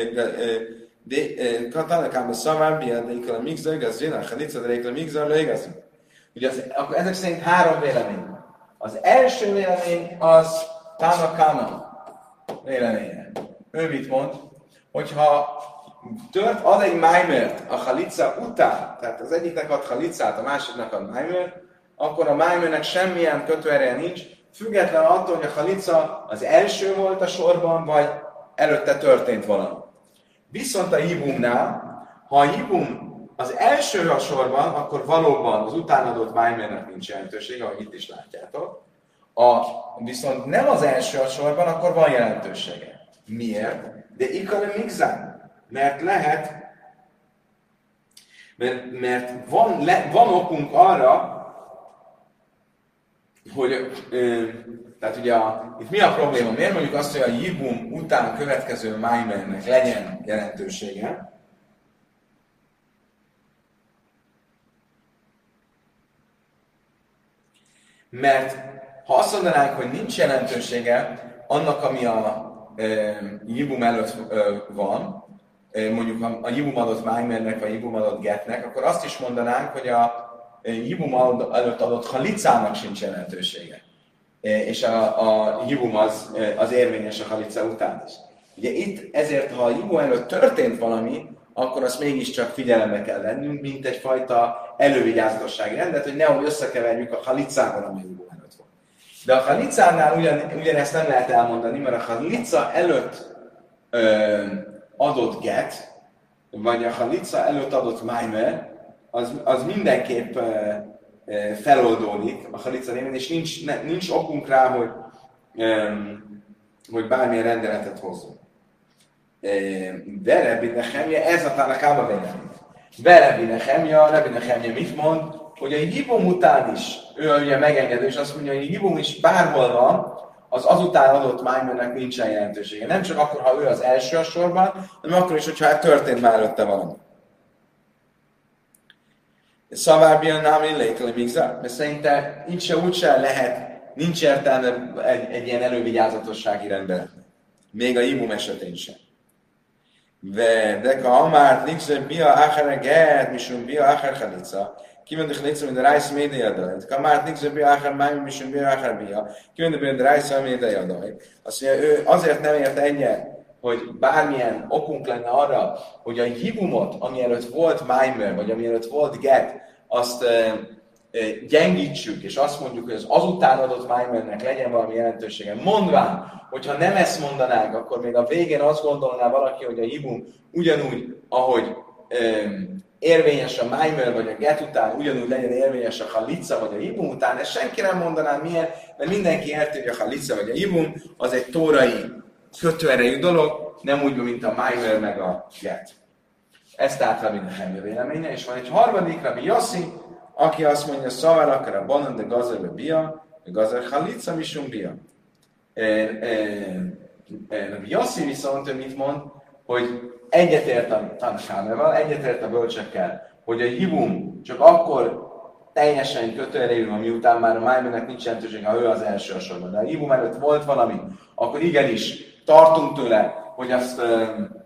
tanak ámar számára biadékkal a mixer, ez rinandelékkal a halica, delékkal a mixer, lőgezünk. Ugye az, akkor ezek szerint három vélemény. Az első vélemény az Tanakama véleménye. Ő mit mond? Hogyha tört, ad egy májmert a halica után, tehát az egyiknek ad halicát, a másiknak ad májmert, akkor a májmernek semmilyen kötőereje nincs, független attól, hogy a halica az első volt a sorban, vagy előtte történt valami. Viszont a hibumnál, ha a hibum az első a sorban, akkor valóban az utánadott májmernek nincs jelentősége, ahogy itt is látjátok. A, viszont nem az első a sorban, akkor van jelentősége. Miért? De ikale mixán. Mert lehet, mert, mert van, le, van okunk arra, hogy, ö, tehát ugye a, itt mi a probléma? Miért mondjuk azt, hogy a jibum után következő májmernek legyen jelentősége? Mert ha azt mondanánk, hogy nincs jelentősége annak, ami a e, jibum előtt e, van, e, mondjuk a, a jibum adott májmernek, vagy jibum adott getnek, akkor azt is mondanánk, hogy a e, jibum előtt adott halicának sincs jelentősége. E, és a, a jibum az, az érvényes a halica után is. Ugye itt ezért, ha a jibum előtt történt valami, akkor azt mégiscsak figyelembe kell vennünk, mint egyfajta elővigyázatossági rendet, hogy nehogy összekeverjük a halicával, ami jibum előtt van. De a halicánál ugyan, ugyanezt nem lehet elmondani, mert a halica előtt ö, adott get, vagy a halica előtt adott májmer, az, az mindenképp ö, ö, feloldódik a halica néven, és nincs, ne, nincs okunk rá, hogy, ö, hogy bármilyen rendeletet hozzunk. De Rebbi Nehemje, ez a Tanakába vélemény. De Rebbi Nehemje, Rebbi Nehemje mit mond? Hogy a hibum után is, ő ugye megengedő, és azt mondja, hogy a hibum is bárhol van, az azután adott májmernek nincsen jelentősége. Nem csak akkor, ha ő az első a sorban, hanem akkor is, hogyha történt már előtte valami. Szavábbian námi lékeli mixár, mert szerintem így se úgy se lehet, nincs értelme egy, egy ilyen elővigyázatossági rendeletnek. Még a hibum esetén sem. De ha már nixer bia achar get, misum bia achar chalitza, kiven de chalitza, mint a rájsz médi adaj. Ha már nixer bia achar májmi, misum bia achar bia, kiven de rájsz médi adaj. Azt mondja, ő azért nem ért egyet, hogy bármilyen okunk lenne arra, hogy a hibumot, ami előtt volt májmer, vagy ami előtt volt get, azt e, e, gyengítsük, és azt mondjuk, hogy az azután adott májmernek legyen valami jelentősége. Mondván, hogyha nem ezt mondanánk, akkor még a végén azt gondolná valaki, hogy a hibum ugyanúgy, ahogy um, érvényes a májmer vagy a get után, ugyanúgy legyen érvényes a halica vagy a hibum után, ezt senki nem mondaná miért, mert mindenki érti, hogy a halica vagy a hibum az egy tórai kötőerejű dolog, nem úgy, mint a májmer meg a get. Ez tehát Rabbi Nehemje véleménye, és van egy harmadik, Rabbi Yossi, aki azt mondja, szavar akar a banan de gazer be bia, de gazer halica misum bia. Rabbi Yossi viszont ő mit mond, hogy egyetért a Tanakámával, egyetért a bölcsekkel, hogy a hibum csak akkor teljesen kötőerejű van, miután már a májmernek nincs jelentősége, ha ő az első a sorban. De a hibum előtt volt valami, akkor igenis tartunk tőle, hogy azt ö,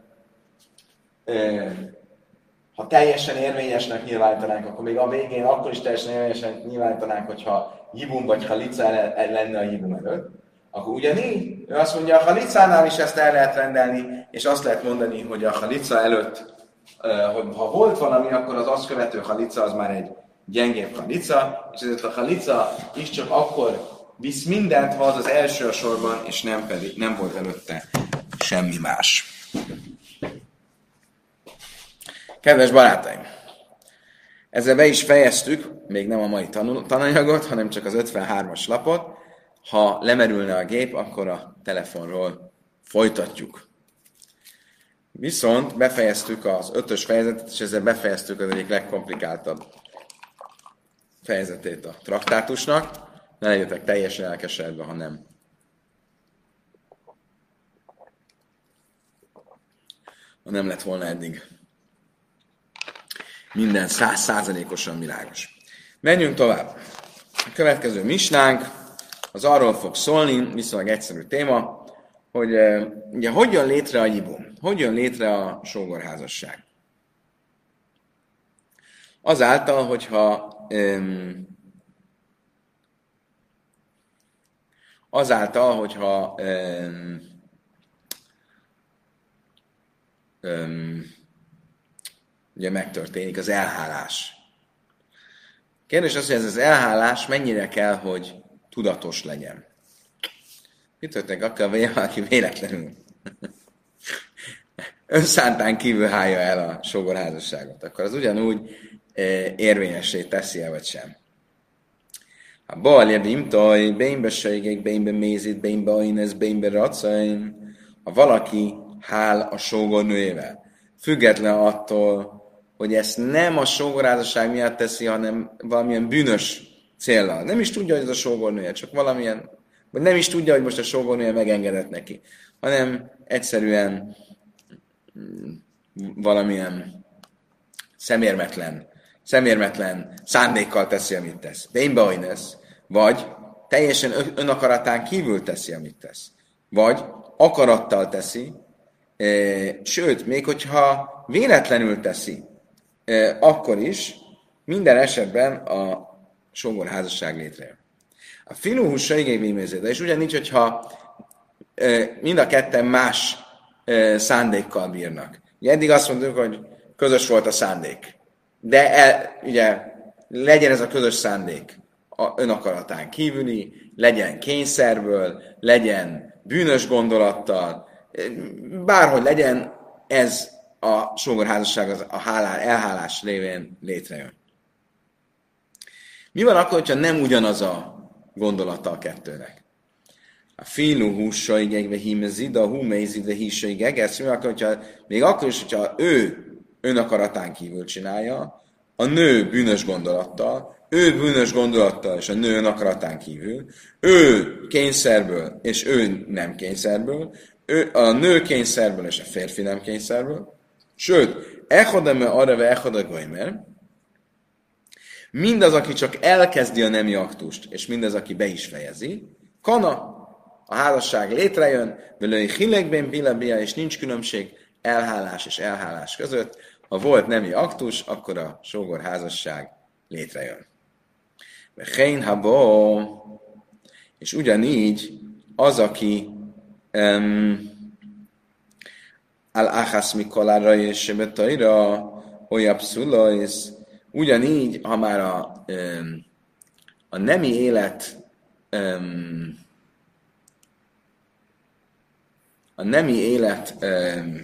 ö, ha teljesen érvényesnek nyilvánítanánk, akkor még a végén akkor is teljesen érvényesnek nyilvánítanánk, hogyha hibum vagy halica lenne a hibum előtt. Akkor ugyanígy, ő azt mondja, a halicánál is ezt el lehet rendelni, és azt lehet mondani, hogy a halica előtt, ha volt valami, akkor az azt követő halica az már egy gyengébb halica, és ezért a halica is csak akkor visz mindent, ha az az első a sorban, és nem pedig nem volt előtte semmi más. Kedves barátaim! Ezzel be is fejeztük, még nem a mai tanul- tananyagot, hanem csak az ötvenhármas lapot. Ha lemerülne a gép, akkor a telefonról folytatjuk. Viszont befejeztük az ötös fejezetet, és ezzel befejeztük az egyik legkomplikáltabb fejezetét a traktátusnak. Ne legyetek teljesen elkeseredve, ha nem. Ha nem lett volna eddig minden száz százalékosan világos. Menjünk tovább. A következő misnánk az arról fog szólni, viszonylag egyszerű téma, hogy ugye hogy jön létre a jibum, hogy jön létre a sógorházasság. Azáltal, hogyha um, azáltal, hogyha um, um, ugye megtörténik az elhálás. Kérdés az, hogy ez az elhálás mennyire kell, hogy tudatos legyen. Mit történik akkor, hogy valaki véletlenül önszántán kívül hálja el a sógorházasságot, akkor az ugyanúgy e, érvényessé teszi-e, vagy sem. Ha balja bimtaj, bénbe sejgék, bénbe mézít, bénbe ajnez, bénbe racain, ha valaki hál a sógornőjével, független attól, hogy ezt nem a sógorházasság miatt teszi, hanem valamilyen bűnös céllal. Nem is tudja, hogy ez a sógornője, csak valamilyen, vagy nem is tudja, hogy most a sógornője megengedett neki, hanem egyszerűen valamilyen szemérmetlen, szemérmetlen szándékkal teszi, amit tesz. De én bajnesz, vagy teljesen önakaratán kívül teszi, amit tesz. Vagy akarattal teszi, sőt, még hogyha véletlenül teszi, akkor is minden esetben a sógorházasság létrejön. A finuhússa igényvémézéde, és ugyanígy, hogyha mind a ketten más szándékkal bírnak. Ugye eddig azt mondjuk, hogy közös volt a szándék. De el, ugye legyen ez a közös szándék a önakaratán kívüli, legyen kényszerből, legyen bűnös gondolattal, bárhogy legyen, ez a sógorházasság az a hálál, elhálás révén létrejön. Mi van akkor, hogyha nem ugyanaz a gondolata a kettőnek? A filu hússaigegve hímezida, húmeizide hísaigegesz, mi akkor, hogyha még akkor is, hogyha ő önakaratán kívül csinálja, a nő bűnös gondolattal, ő bűnös gondolattal és a nő önakaratán kívül, ő kényszerből és ő nem kényszerből, ő, a nő kényszerből és a férfi nem kényszerből, sőt, echodeme arreve echoda goymer, mindaz, aki csak elkezdi a nemi aktust, és mindaz, aki be is fejezi, kana, a házasság létrejön, velői hilegben bilabia, és nincs különbség elhálás és elhálás között. Ha volt nemi aktus, akkor a sógorházasság létrejön. Vechén habo, és ugyanígy az, aki um, al-achas mikolára és sebetaira, olyabszulajsz, ugyanígy, ha már a, um, a nemi élet um, a nemi élet um,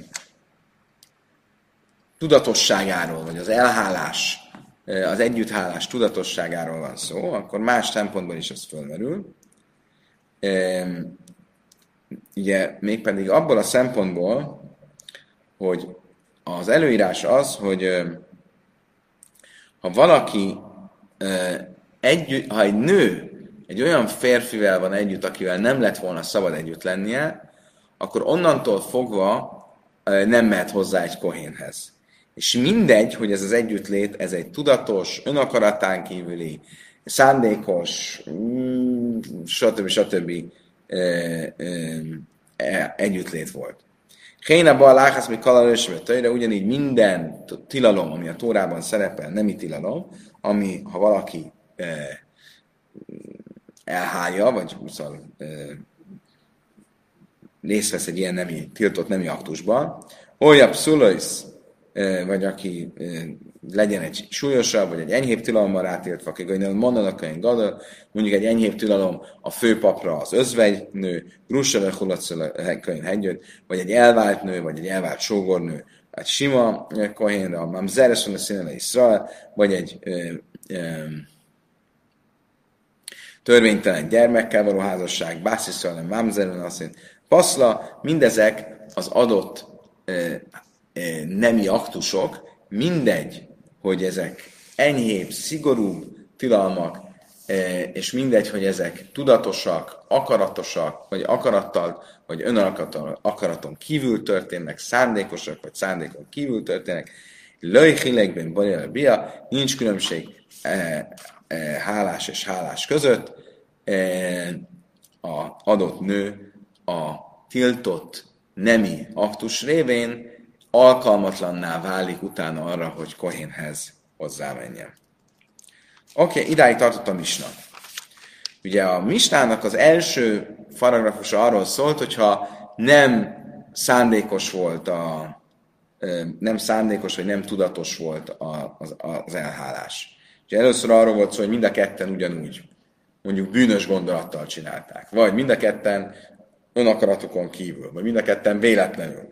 tudatosságáról, vagy az elhálás, az együtthálás tudatosságáról van szó, akkor más szempontból is ez fölmerül. Um, ugye mégpedig abból a szempontból, hogy az előírás az, hogy um, ha valaki uh, együtt, ha egy nő egy olyan férfivel van együtt, akivel nem lett volna szabad együtt lennie, akkor onnantól fogva nem mehet hozzá egy kohénhez. És mindegy, hogy ez az együttlét, ez egy tudatos, önakaratán kívüli, szándékos, stb. stb. együttlét volt. Hénabba a láhász, még kalarősövetőre, ugyanígy minden tilalom, ami a Tórában szerepel, nemi tilalom, ami, ha valaki elhálja, vagy szóval, részt vesz egy ilyen nemi, tiltott nemi aktusban, olyan pszulajsz, vagy aki legyen egy súlyosabb, vagy egy enyhébb tilalommal rátiltva, akik mondanak, hogy gadol, mondjuk egy enyhébb tilalom a főpapra az özvegynő, grussele hulatszele hegyőt, vagy egy elvált nő, vagy egy elvált sógornő egy sima kohénra, a mamzeres van a színele Iszrael, vagy egy ö, ö, törvénytelen gyermekkel való házasság, básziszal, mamzeren, azt mondja, paszla, mindezek az adott ö, ö, nemi aktusok, mindegy, hogy ezek enyhébb, szigorúbb tilalmak, és mindegy, hogy ezek tudatosak, akaratosak, vagy akarattal, vagy önakarattal, akaraton kívül történnek, szándékosak, vagy szándékon kívül történnek. Löjhilegben bajjal bia, nincs különbség e, e, hálás és hálás között. E, a adott nő a tiltott nemi aktus révén alkalmatlanná válik utána arra, hogy kohénhez hozzámenjen. Oké, okay, idáig tartott a misna. Ugye a misnának az első paragrafusa arról szólt, hogyha nem szándékos volt a, nem szándékos, vagy nem tudatos volt az, az elhálás. Ugye először arról volt szó, hogy mind a ketten ugyanúgy, mondjuk bűnös gondolattal csinálták, vagy mind a ketten önakaratukon kívül, vagy mind a ketten véletlenül.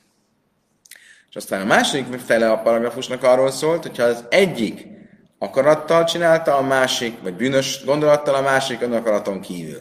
És aztán a második fele a paragrafusnak arról szólt, hogyha az egyik akarattal csinálta, a másik, vagy bűnös gondolattal, a másik önakaraton kívül.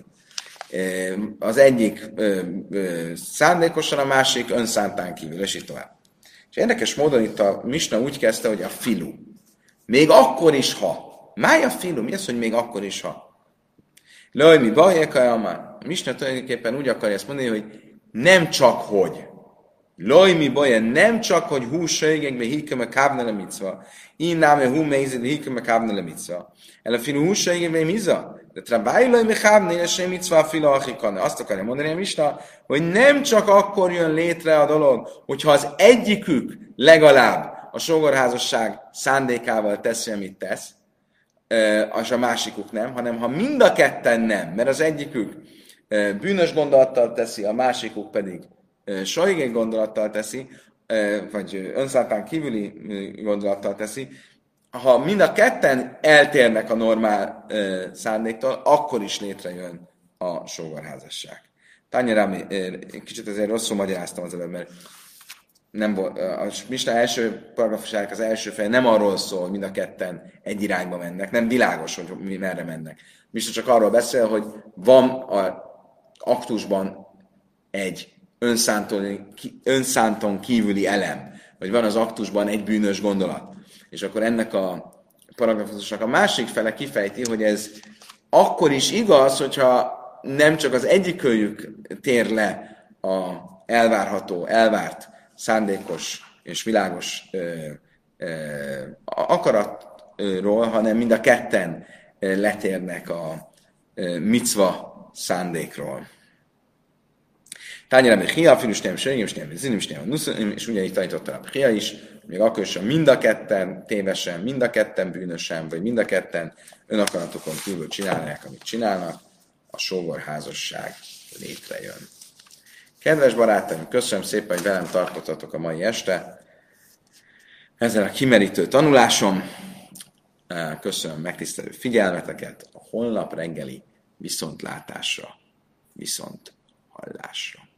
Az egyik ö, ö, szándékosan, a másik önszántán kívül, és így tovább. És érdekes módon itt a misna úgy kezdte, hogy a filu. Még akkor is, ha. Máj a filu? Mi az, hogy még akkor is, ha? Laj, mi bajeka, a misna tulajdonképpen úgy akarja ezt mondani, hogy nem csak hogy. Loj mi baja, nem csak, hogy hússégekbe híkem kávne le micva. Én náme hú mézid híkem kávne le micva. El a filu hússégekbe miza. De trabáj loj mi kávne le sem micva a filu achikane. Azt akarja mondani a misna, hogy nem csak akkor jön létre a dolog, hogyha az egyikük legalább a sógorházasság szándékával teszi, amit tesz, és a másikuk nem, hanem ha mind a ketten nem, mert az egyikük bűnös gondolattal teszi, a másikuk pedig sajgény gondolattal teszi, vagy önszántán kívüli gondolattal teszi, ha mind a ketten eltérnek a normál szándéktól, akkor is létrejön a sógorházasság. Tányerám, kicsit azért rosszul magyaráztam az előbb, mert nem volt, a misna első paragrafusának az első feje nem arról szól, hogy mind a ketten egy irányba mennek, nem világos, hogy mi merre mennek. Misna csak arról beszél, hogy van a aktusban egy önszánton kívüli elem, vagy van az aktusban egy bűnös gondolat. És akkor ennek a paragrafusnak a másik fele kifejti, hogy ez akkor is igaz, hogyha nem csak az egyikőjük tér le a elvárható, elvárt, szándékos és világos ö, ö, akaratról, hanem mind a ketten ö, letérnek a ö, micva szándékról. Tányra még hia, finus nem sőgém, és nem zinim, és nem nuszim, és ugye itt tanította a hia is, még akkor is, mind a ketten tévesen, mind a ketten bűnösen, vagy mind a ketten önakaratokon kívül csinálják, amit csinálnak, a sógorházasság létrejön. Kedves barátaim, köszönöm szépen, hogy velem tartottatok a mai este. Ezzel a kimerítő tanulásom. Köszönöm megtisztelő figyelmeteket a holnap reggeli viszontlátásra, viszont hallásra.